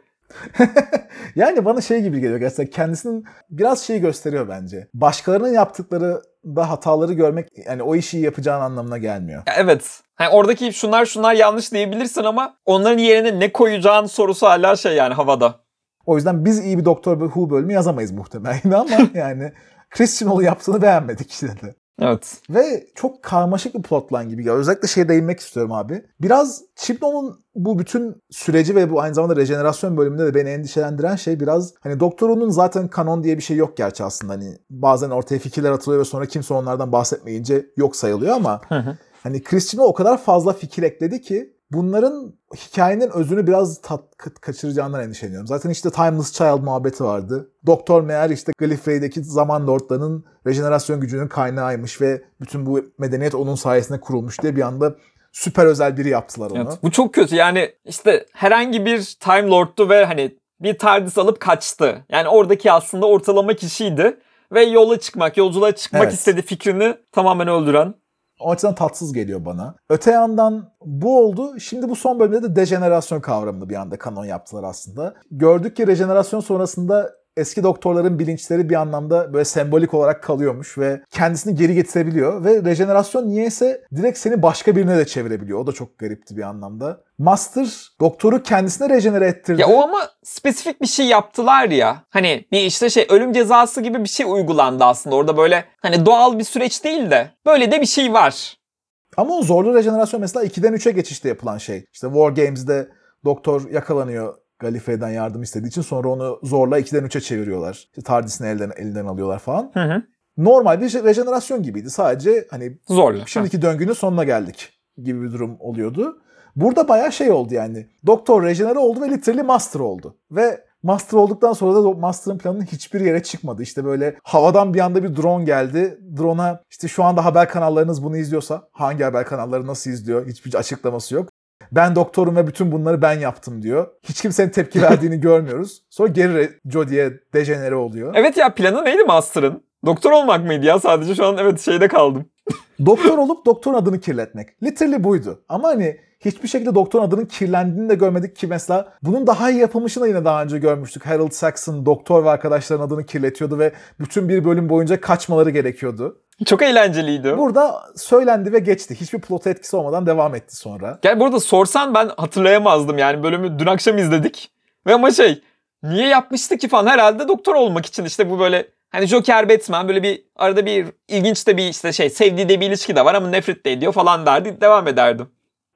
Yani bana şey gibi geliyor gerçekten kendisinin biraz şeyi gösteriyor bence. Başkalarının yaptıkları da hataları görmek yani o işi yapacağın anlamına gelmiyor. Ya evet. Yani oradaki şunlar şunlar yanlış diyebilirsin ama onların yerine ne koyacağın sorusu hala şey yani havada. O yüzden biz iyi bir Doktor Who bölümü yazamayız muhtemelen ama yani Chris Chibnall'ı yaptığını beğenmedik işte de. Evet. Ve çok karmaşık bir plotline gibi geliyor. Özellikle şeye değinmek istiyorum abi. Biraz Chibnall'ın bu bütün süreci ve bu aynı zamanda rejenerasyon bölümünde de beni endişelendiren şey biraz hani Doktor Who'nun zaten kanon diye bir şey yok gerçi aslında. Hani bazen ortaya fikirler atılıyor ve sonra kimse onlardan bahsetmeyince yok sayılıyor ama hı hı. Hani Chris Chibnall o kadar fazla fikir ekledi ki bunların hikayenin özünü biraz tat, kaçıracağından endişeleniyorum. Zaten işte Timeless Child muhabbeti vardı. Doktor meğer işte Gallifrey'deki zaman lordlarının rejenerasyon gücünün kaynağıymış ve bütün bu medeniyet onun sayesinde kurulmuş diye bir anda süper özel biri yaptılar onu. Evet, bu çok kötü yani işte herhangi bir Time Lord'tu ve hani bir TARDIS alıp kaçtı. Yani oradaki aslında ortalama kişiydi ve yola çıkmak, yolculuğa çıkmak evet. istedi fikrini tamamen öldüren. O açıdan tatsız geliyor bana. Öte yandan bu oldu. Şimdi bu son bölümde de dejenerasyon kavramını bir anda kanon yaptılar aslında. Gördük ki rejenerasyon sonrasında eski doktorların bilinçleri bir anlamda böyle sembolik olarak kalıyormuş ve kendisini geri getirebiliyor. Ve rejenerasyon niyeyse direkt seni başka birine de çevirebiliyor. O da çok garipti bir anlamda. Master doktoru kendisine rejenere ettirdi. Ya o ama spesifik bir şey yaptılar ya. Hani bir işte şey ölüm cezası gibi bir şey uygulandı aslında. Orada böyle hani doğal bir süreç değil de böyle de bir şey var. Ama o zorlu rejenerasyon mesela ikiden üçe geçişte yapılan şey. İşte War Games'de doktor yakalanıyor. Gallifrey'den yardım istediği için sonra onu zorla ikiden üçe çeviriyorlar. İşte TARDIS'ini elden, elinden alıyorlar falan. Hı hı. Normal bir rejenerasyon gibiydi. Sadece hani zorla. Şimdiki döngünün sonuna geldik gibi bir durum oluyordu. Burada bayağı şey oldu yani. Doktor rejenere oldu ve literally master oldu. Ve master olduktan sonra da master'ın planının hiçbir yere çıkmadı. İşte böyle havadan bir anda bir drone geldi. Drone'a işte şu anda haber kanallarınız bunu izliyorsa hangi haber kanalları nasıl izliyor hiçbir açıklaması yok. Ben doktorum ve bütün bunları ben yaptım diyor. Hiç kimsenin tepki verdiğini görmüyoruz. Sonra geri Jodie'ye dejenere oluyor. Evet ya planı neydi Master'ın? Doktor olmak mıydı ya? Sadece şu an evet şeyde kaldım. Doktor olup doktorun adını kirletmek. Literally buydu. Ama hani hiçbir şekilde doktorun adının kirlendiğini de görmedik ki mesela bunun daha iyi yapılmışını yine daha önce görmüştük. Harold Saxon doktor ve arkadaşların adını kirletiyordu ve bütün bir bölüm boyunca kaçmaları gerekiyordu. Çok eğlenceliydi. Burada söylendi ve geçti. Hiçbir plot etkisi olmadan devam etti sonra. Gel burada sorsan ben hatırlayamazdım yani bölümü dün akşam izledik. Ve ama şey niye yapmıştı ki falan herhalde doktor olmak için işte bu böyle hani Joker Batman böyle bir arada bir ilginç de bir işte şey sevdiği de bir ilişki de var ama nefret de ediyor falan derdi devam ederdim.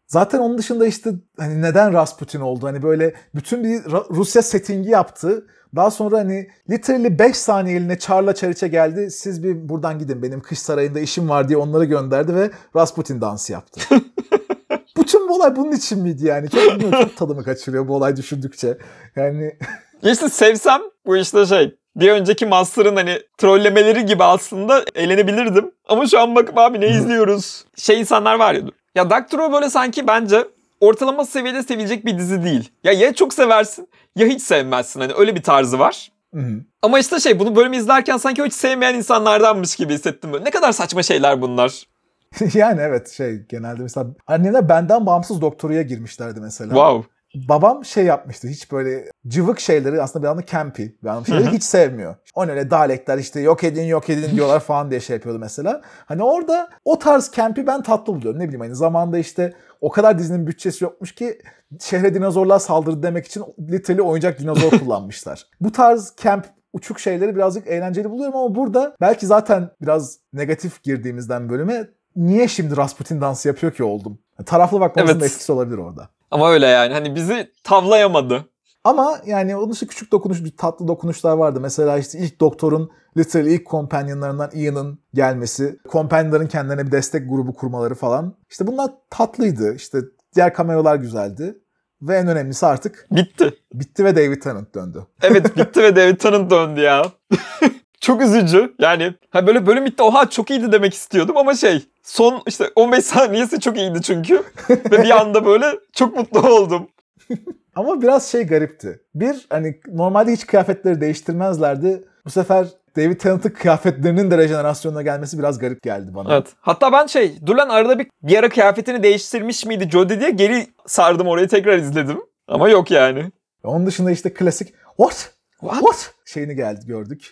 Zaten onun dışında işte hani neden Rasputin oldu? Hani böyle bütün bir Ra- Rusya settingi yaptı. Daha sonra hani literally beş saniyeliğine Çarla Çariç'e geldi. Siz bir buradan gidin, benim kış sarayında işim var diye onları gönderdi ve Rasputin dansı yaptı. Bütün bu olay bunun için miydi yani? Çok, bilmiyorum, çok tadımı kaçırıyor bu olay düşündükçe. Yani İşte sevsem bu işte şey bir önceki Master'ın hani trollemeleri gibi aslında eğlenebilirdim. Ama şu an bakıp abi ne izliyoruz? Şey insanlar var ya. Ya Doctor Who böyle sanki bence ortalama seviyede sevilecek bir dizi değil. Ya ya çok seversin ya hiç sevmezsin. Hani öyle bir tarzı var. Hı hı. Ama işte şey bunu bölümü izlerken sanki hiç sevmeyen insanlardanmış gibi hissettim. Böyle. Ne kadar saçma şeyler bunlar. Yani evet şey genelde mesela annemler benden bağımsız doktoruya girmişlerdi mesela. Wow. Babam şey yapmıştı, hiç böyle cıvık şeyleri, aslında bir anda campy bir anda şeyleri hiç sevmiyor. O öyle Dalekler işte yok edin yok edin diyorlar falan diye şey yapıyordu mesela. Hani orada o tarz campy ben tatlı buluyorum. Ne bileyim hani zamanda işte o kadar dizinin bütçesi yokmuş ki şehre dinozorlar saldırdı demek için literally oyuncak dinozor kullanmışlar. Bu tarz camp uçuk şeyleri birazcık eğlenceli buluyorum ama burada belki zaten biraz negatif girdiğimizden bölüme niye şimdi Rasputin dansı yapıyor ki oldum. Taraflı bakmamızın Evet. etkisi olabilir orada. Ama öyle yani hani bizi tavlayamadı. Ama yani onun için küçük dokunuş, tatlı dokunuşlar vardı. Mesela işte ilk doktorun literally ilk companionlarından Ian'ın gelmesi, companionların kendilerine bir destek grubu kurmaları falan. İşte bunlar tatlıydı. İşte diğer cameo'lar güzeldi. Ve en önemlisi artık Bitti. bitti ve David Tennant döndü. Evet bitti ve David Tennant döndü ya. Çok üzücü. Yani ha böyle bölüm bitti. Oha çok iyiydi demek istiyordum ama şey son işte on beş saniyesi çok iyiydi çünkü. Ve bir anda böyle çok mutlu oldum. Ama biraz şey garipti. Bir, hani normalde hiç kıyafetleri değiştirmezlerdi. Bu sefer David Tennant'ın kıyafetlerinin de rejenerasyonuna gelmesi biraz garip geldi bana. Evet. Hatta ben şey dur lan arada bir, bir ara kıyafetini değiştirmiş miydi Jodie diye geri sardım orayı tekrar izledim. Ama yok yani. Onun dışında işte klasik what? What? What? Şeyini geldi gördük.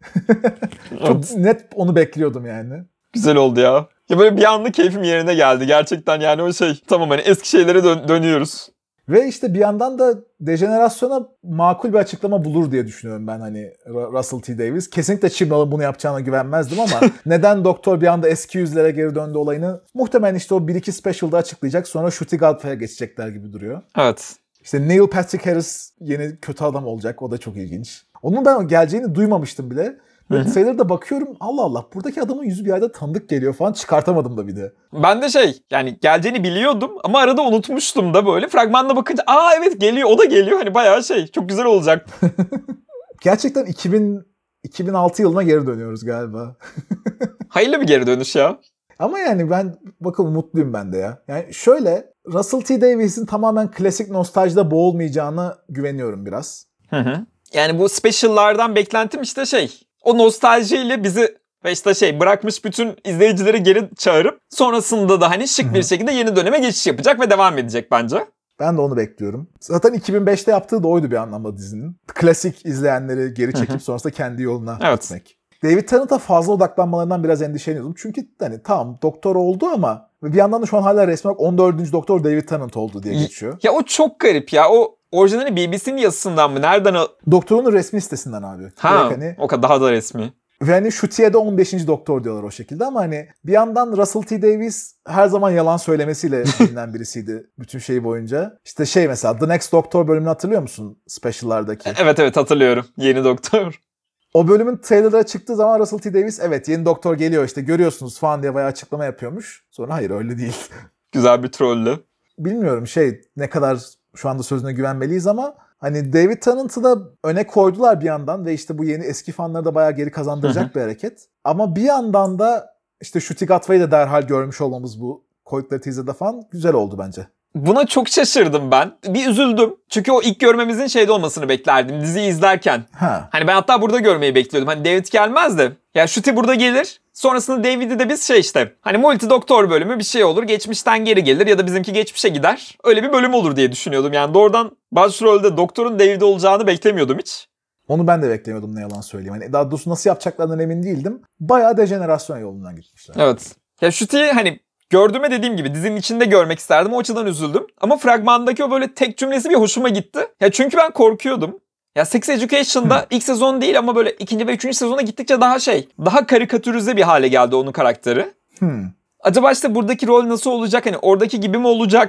Çok net onu bekliyordum yani. Güzel oldu ya. Ya böyle bir anlık keyfim yerine geldi. Gerçekten yani o şey tamam hani eski şeylere dön- dönüyoruz. Ve işte bir yandan da dejenerasyona makul bir açıklama bulur diye düşünüyorum ben hani Russell T. Davies. Kesinlikle Chibnall'ın bunu yapacağına güvenmezdim ama neden doktor bir anda eski yüzlere geri döndü olayını muhtemelen işte o bir iki special'da açıklayacak, sonra Ncuti Gatwa'ya geçecekler gibi duruyor. Evet. İşte Neil Patrick Harris yeni kötü adam olacak, o da çok ilginç. Onun ben geleceğini duymamıştım bile. Ve trailer'da bakıyorum Allah Allah buradaki adamın yüzü bir yerde tanıdık geliyor falan, çıkartamadım da bir de. Ben de şey yani geleceğini biliyordum ama arada unutmuştum da böyle fragmanla bakınca aa evet geliyor o da geliyor hani bayağı şey çok güzel olacak. Gerçekten iki bin, iki bin altı yılına geri dönüyoruz galiba. Hayırlı bir geri dönüş ya. Ama yani ben bakalım mutluyum ben de ya. Yani şöyle Russell T. Davies'in tamamen klasik nostaljide boğulmayacağına güveniyorum biraz. Hı hı. Yani bu special'lardan beklentim işte şey o nostaljiyle bizi ve işte şey bırakmış bütün izleyicileri geri çağırıp sonrasında da hani şık bir şekilde yeni döneme geçiş yapacak ve devam edecek bence. Ben de onu bekliyorum. Zaten iki bin beşte yaptığı da oydu bir anlamda dizinin. Klasik izleyenleri geri çekip sonrasında kendi yoluna Evet. gitmek. David Tennant'a fazla odaklanmalarından biraz endişeleniyordum. Çünkü hani tamam doktor oldu ama bir yandan da şu an hala resmen on dördüncü doktor David Tennant oldu diye geçiyor. Ya o çok garip ya. O orijinali B B C'nin yazısından mı? Nereden o? Doktorun resmi sitesinden abi. Ha, hani, o kadar daha da resmi. ve hani Ncuti'ye on beşinci doktor diyorlar o şekilde ama hani bir yandan Russell T. Davies her zaman yalan söylemesiyle bilinen birisiydi bütün şey boyunca. İşte şey mesela The Next Doctor bölümünü hatırlıyor musun? Special'lardaki. Evet evet hatırlıyorum. Yeni doktor. O bölümün trailer'a çıktığı zaman Russell T. Davies evet yeni doktor geliyor işte görüyorsunuz falan diye bayağı açıklama yapıyormuş. Sonra hayır öyle değil. Güzel bir trollü. Bilmiyorum şey ne kadar şu anda sözüne güvenmeliyiz ama hani David Tennant'ı da öne koydular bir yandan ve işte bu yeni eski fanları da bayağı geri kazandıracak bir hareket. Ama bir yandan da işte Ncuti Gatwa'yı da derhal görmüş olmamız bu koydukları teaser'da falan güzel oldu bence. Buna çok şaşırdım ben. Bir üzüldüm. Çünkü o ilk görmemizin şeyde olmasını beklerdim. Diziyi izlerken. Ha. Hani ben hatta burada görmeyi bekliyordum. Hani David gelmez de. Ya Ncuti burada gelir. Sonrasında David'i de biz şey işte. Hani multi doktor bölümü bir şey olur. Geçmişten geri gelir ya da bizimki geçmişe gider. Öyle bir bölüm olur diye düşünüyordum. Yani doğrudan başrolde doktorun David olacağını beklemiyordum hiç. Onu ben de beklemiyordum ne yalan söyleyeyim. Hani daha doğrusu nasıl yapacaklarından emin değildim. Bayağı dejenerasyon yolundan gitmişler. Evet. Ya Ncuti'yi hani gördüğüme dediğim gibi dizinin içinde görmek isterdim. O açıdan üzüldüm. Ama fragmandaki o böyle tek cümlesi bir hoşuma gitti. Ya çünkü ben korkuyordum. Ya Sex Education'da ilk sezon değil ama böyle ikinci ve üçüncü sezona gittikçe daha şey, daha karikatürize bir hale geldi onun karakteri. Hmm. Acaba işte buradaki rol nasıl olacak? Hani oradaki gibi mi olacak?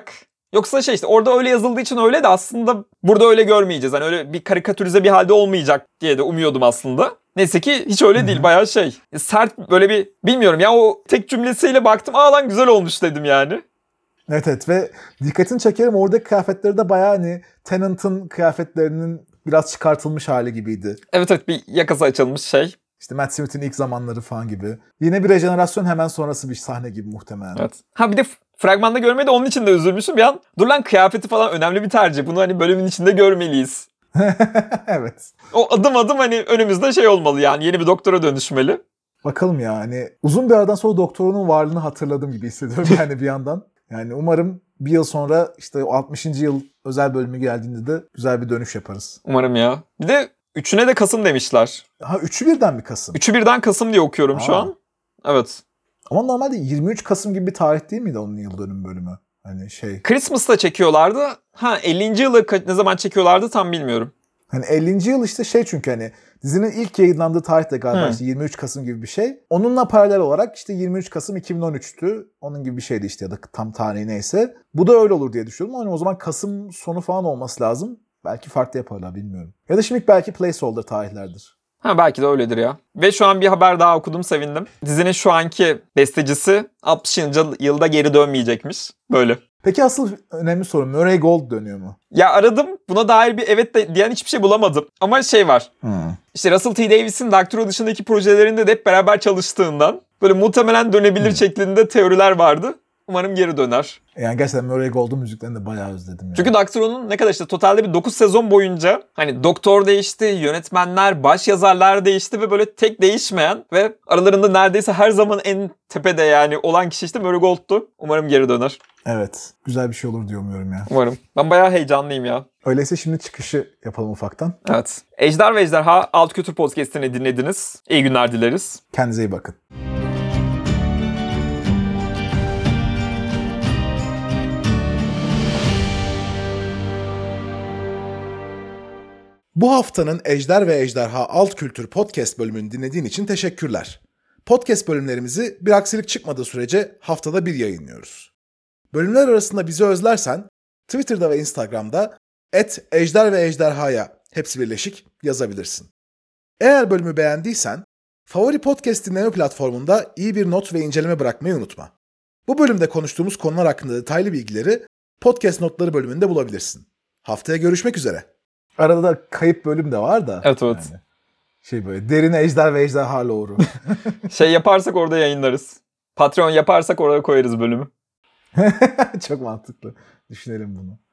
Yoksa şey işte orada öyle yazıldığı için öyle de aslında burada öyle görmeyeceğiz. Hani öyle bir karikatürize bir halde olmayacak diye de umuyordum aslında. Neyse ki hiç öyle değil. Bayağı şey sert böyle bir bilmiyorum ya o tek cümlesiyle baktım. Aa lan güzel olmuş dedim yani. Evet evet ve dikkatini çekerim oradaki kıyafetleri de bayağı hani Tennant'ın kıyafetlerinin biraz çıkartılmış hali gibiydi. Evet evet bir yakası açılmış şey. İşte Matt Smith'in ilk zamanları falan gibi. Yine bir rejenerasyon hemen sonrası bir sahne gibi muhtemelen. Evet. Ha bir de fragmanda görmedi onun için de üzülmüşüm bir an. Dur lan kıyafeti falan önemli bir tercih. Bunu hani bölümün içinde görmeliyiz. Evet. O adım adım hani önümüzde şey olmalı yani yeni bir doktora dönüşmeli. Bakalım ya hani uzun bir aradan sonra doktorunun varlığını hatırladım gibi hissediyorum yani bir yandan. Yani umarım bir yıl sonra işte o altmışıncı yıl özel bölümü geldiğinde de güzel bir dönüş yaparız. Umarım ya. Bir de üçüne de Kasım demişler. Ha üçü birden mi Kasım? Üçü birden Kasım diye okuyorum Aa. şu an. Evet. Ama normalde yirmi üç Kasım gibi bir tarih değil miydi onun yıl dönüm bölümü? Hani şey. Christmas'ta çekiyorlardı. Ha ellinci yılı ne zaman çekiyorlardı tam bilmiyorum. Hani ellinci yıl işte şey çünkü hani dizinin ilk yayınlandığı tarih de galiba Hı. işte yirmi üç Kasım gibi bir şey. Onunla paralel olarak işte yirmi üç Kasım iki bin on üçtü. Onun gibi bir şeydi işte ya da tam tarihi neyse. Bu da öyle olur diye düşünüyorum. Hani o zaman Kasım sonu falan olması lazım. Belki farklı yaparlar bilmiyorum. Ya da şimdilik belki placeholder tarihlerdir. Ha belki de öyledir ya. Ve şu an bir haber daha okudum sevindim. Dizinin şu anki bestecisi altmışıncı yılda geri dönmeyecekmiş. Böyle. Peki asıl önemli soru Murray Gold dönüyor mu? Ya aradım buna dair bir evet de diyen hiçbir şey bulamadım. Ama şey var. Hmm. İşte Russell T. Davies'in Doctor dışındaki projelerinde de hep beraber çalıştığından böyle muhtemelen dönebilir Hmm. şeklinde teoriler vardı. Umarım geri döner. Yani gerçekten Murray Gold'un müziklerini de bayağı özledim. Yani. Çünkü Doctor Who'nun ne kadar işte totalde bir dokuz sezon boyunca hani doktor değişti, yönetmenler, baş yazarlar değişti ve böyle tek değişmeyen ve aralarında neredeyse her zaman en tepede yani olan kişi işte Murray Gold'tu. Umarım geri döner. Evet. Güzel bir şey olur diye umuyorum ya. Umarım. Ben bayağı heyecanlıyım ya. Öyleyse şimdi çıkışı yapalım ufaktan. Evet. Ejder ve Ejderha Alt Kültür Podcast'ini dinlediniz. İyi günler dileriz. Kendinize iyi bakın. Bu haftanın Ejder ve Ejderha Alt Kültür Podcast bölümünü dinlediğin için teşekkürler. Podcast bölümlerimizi bir aksilik çıkmadığı sürece haftada bir yayınlıyoruz. Bölümler arasında bizi özlersen Twitter'da ve Instagram'da et ejder ve ejderhaya hepsi birleşik yazabilirsin. Eğer bölümü beğendiysen favori podcast dinleme platformunda iyi bir not ve inceleme bırakmayı unutma. Bu bölümde konuştuğumuz konular hakkında detaylı bilgileri podcast notları bölümünde bulabilirsin. Haftaya görüşmek üzere. Arada da kayıp bölüm de var da. Evet evet. Yani şey böyle derin ejder ve ejderha lore'u. Şey yaparsak orada yayınlarız. Patreon yaparsak oraya koyarız bölümü. Çok mantıklı. Düşünelim bunu.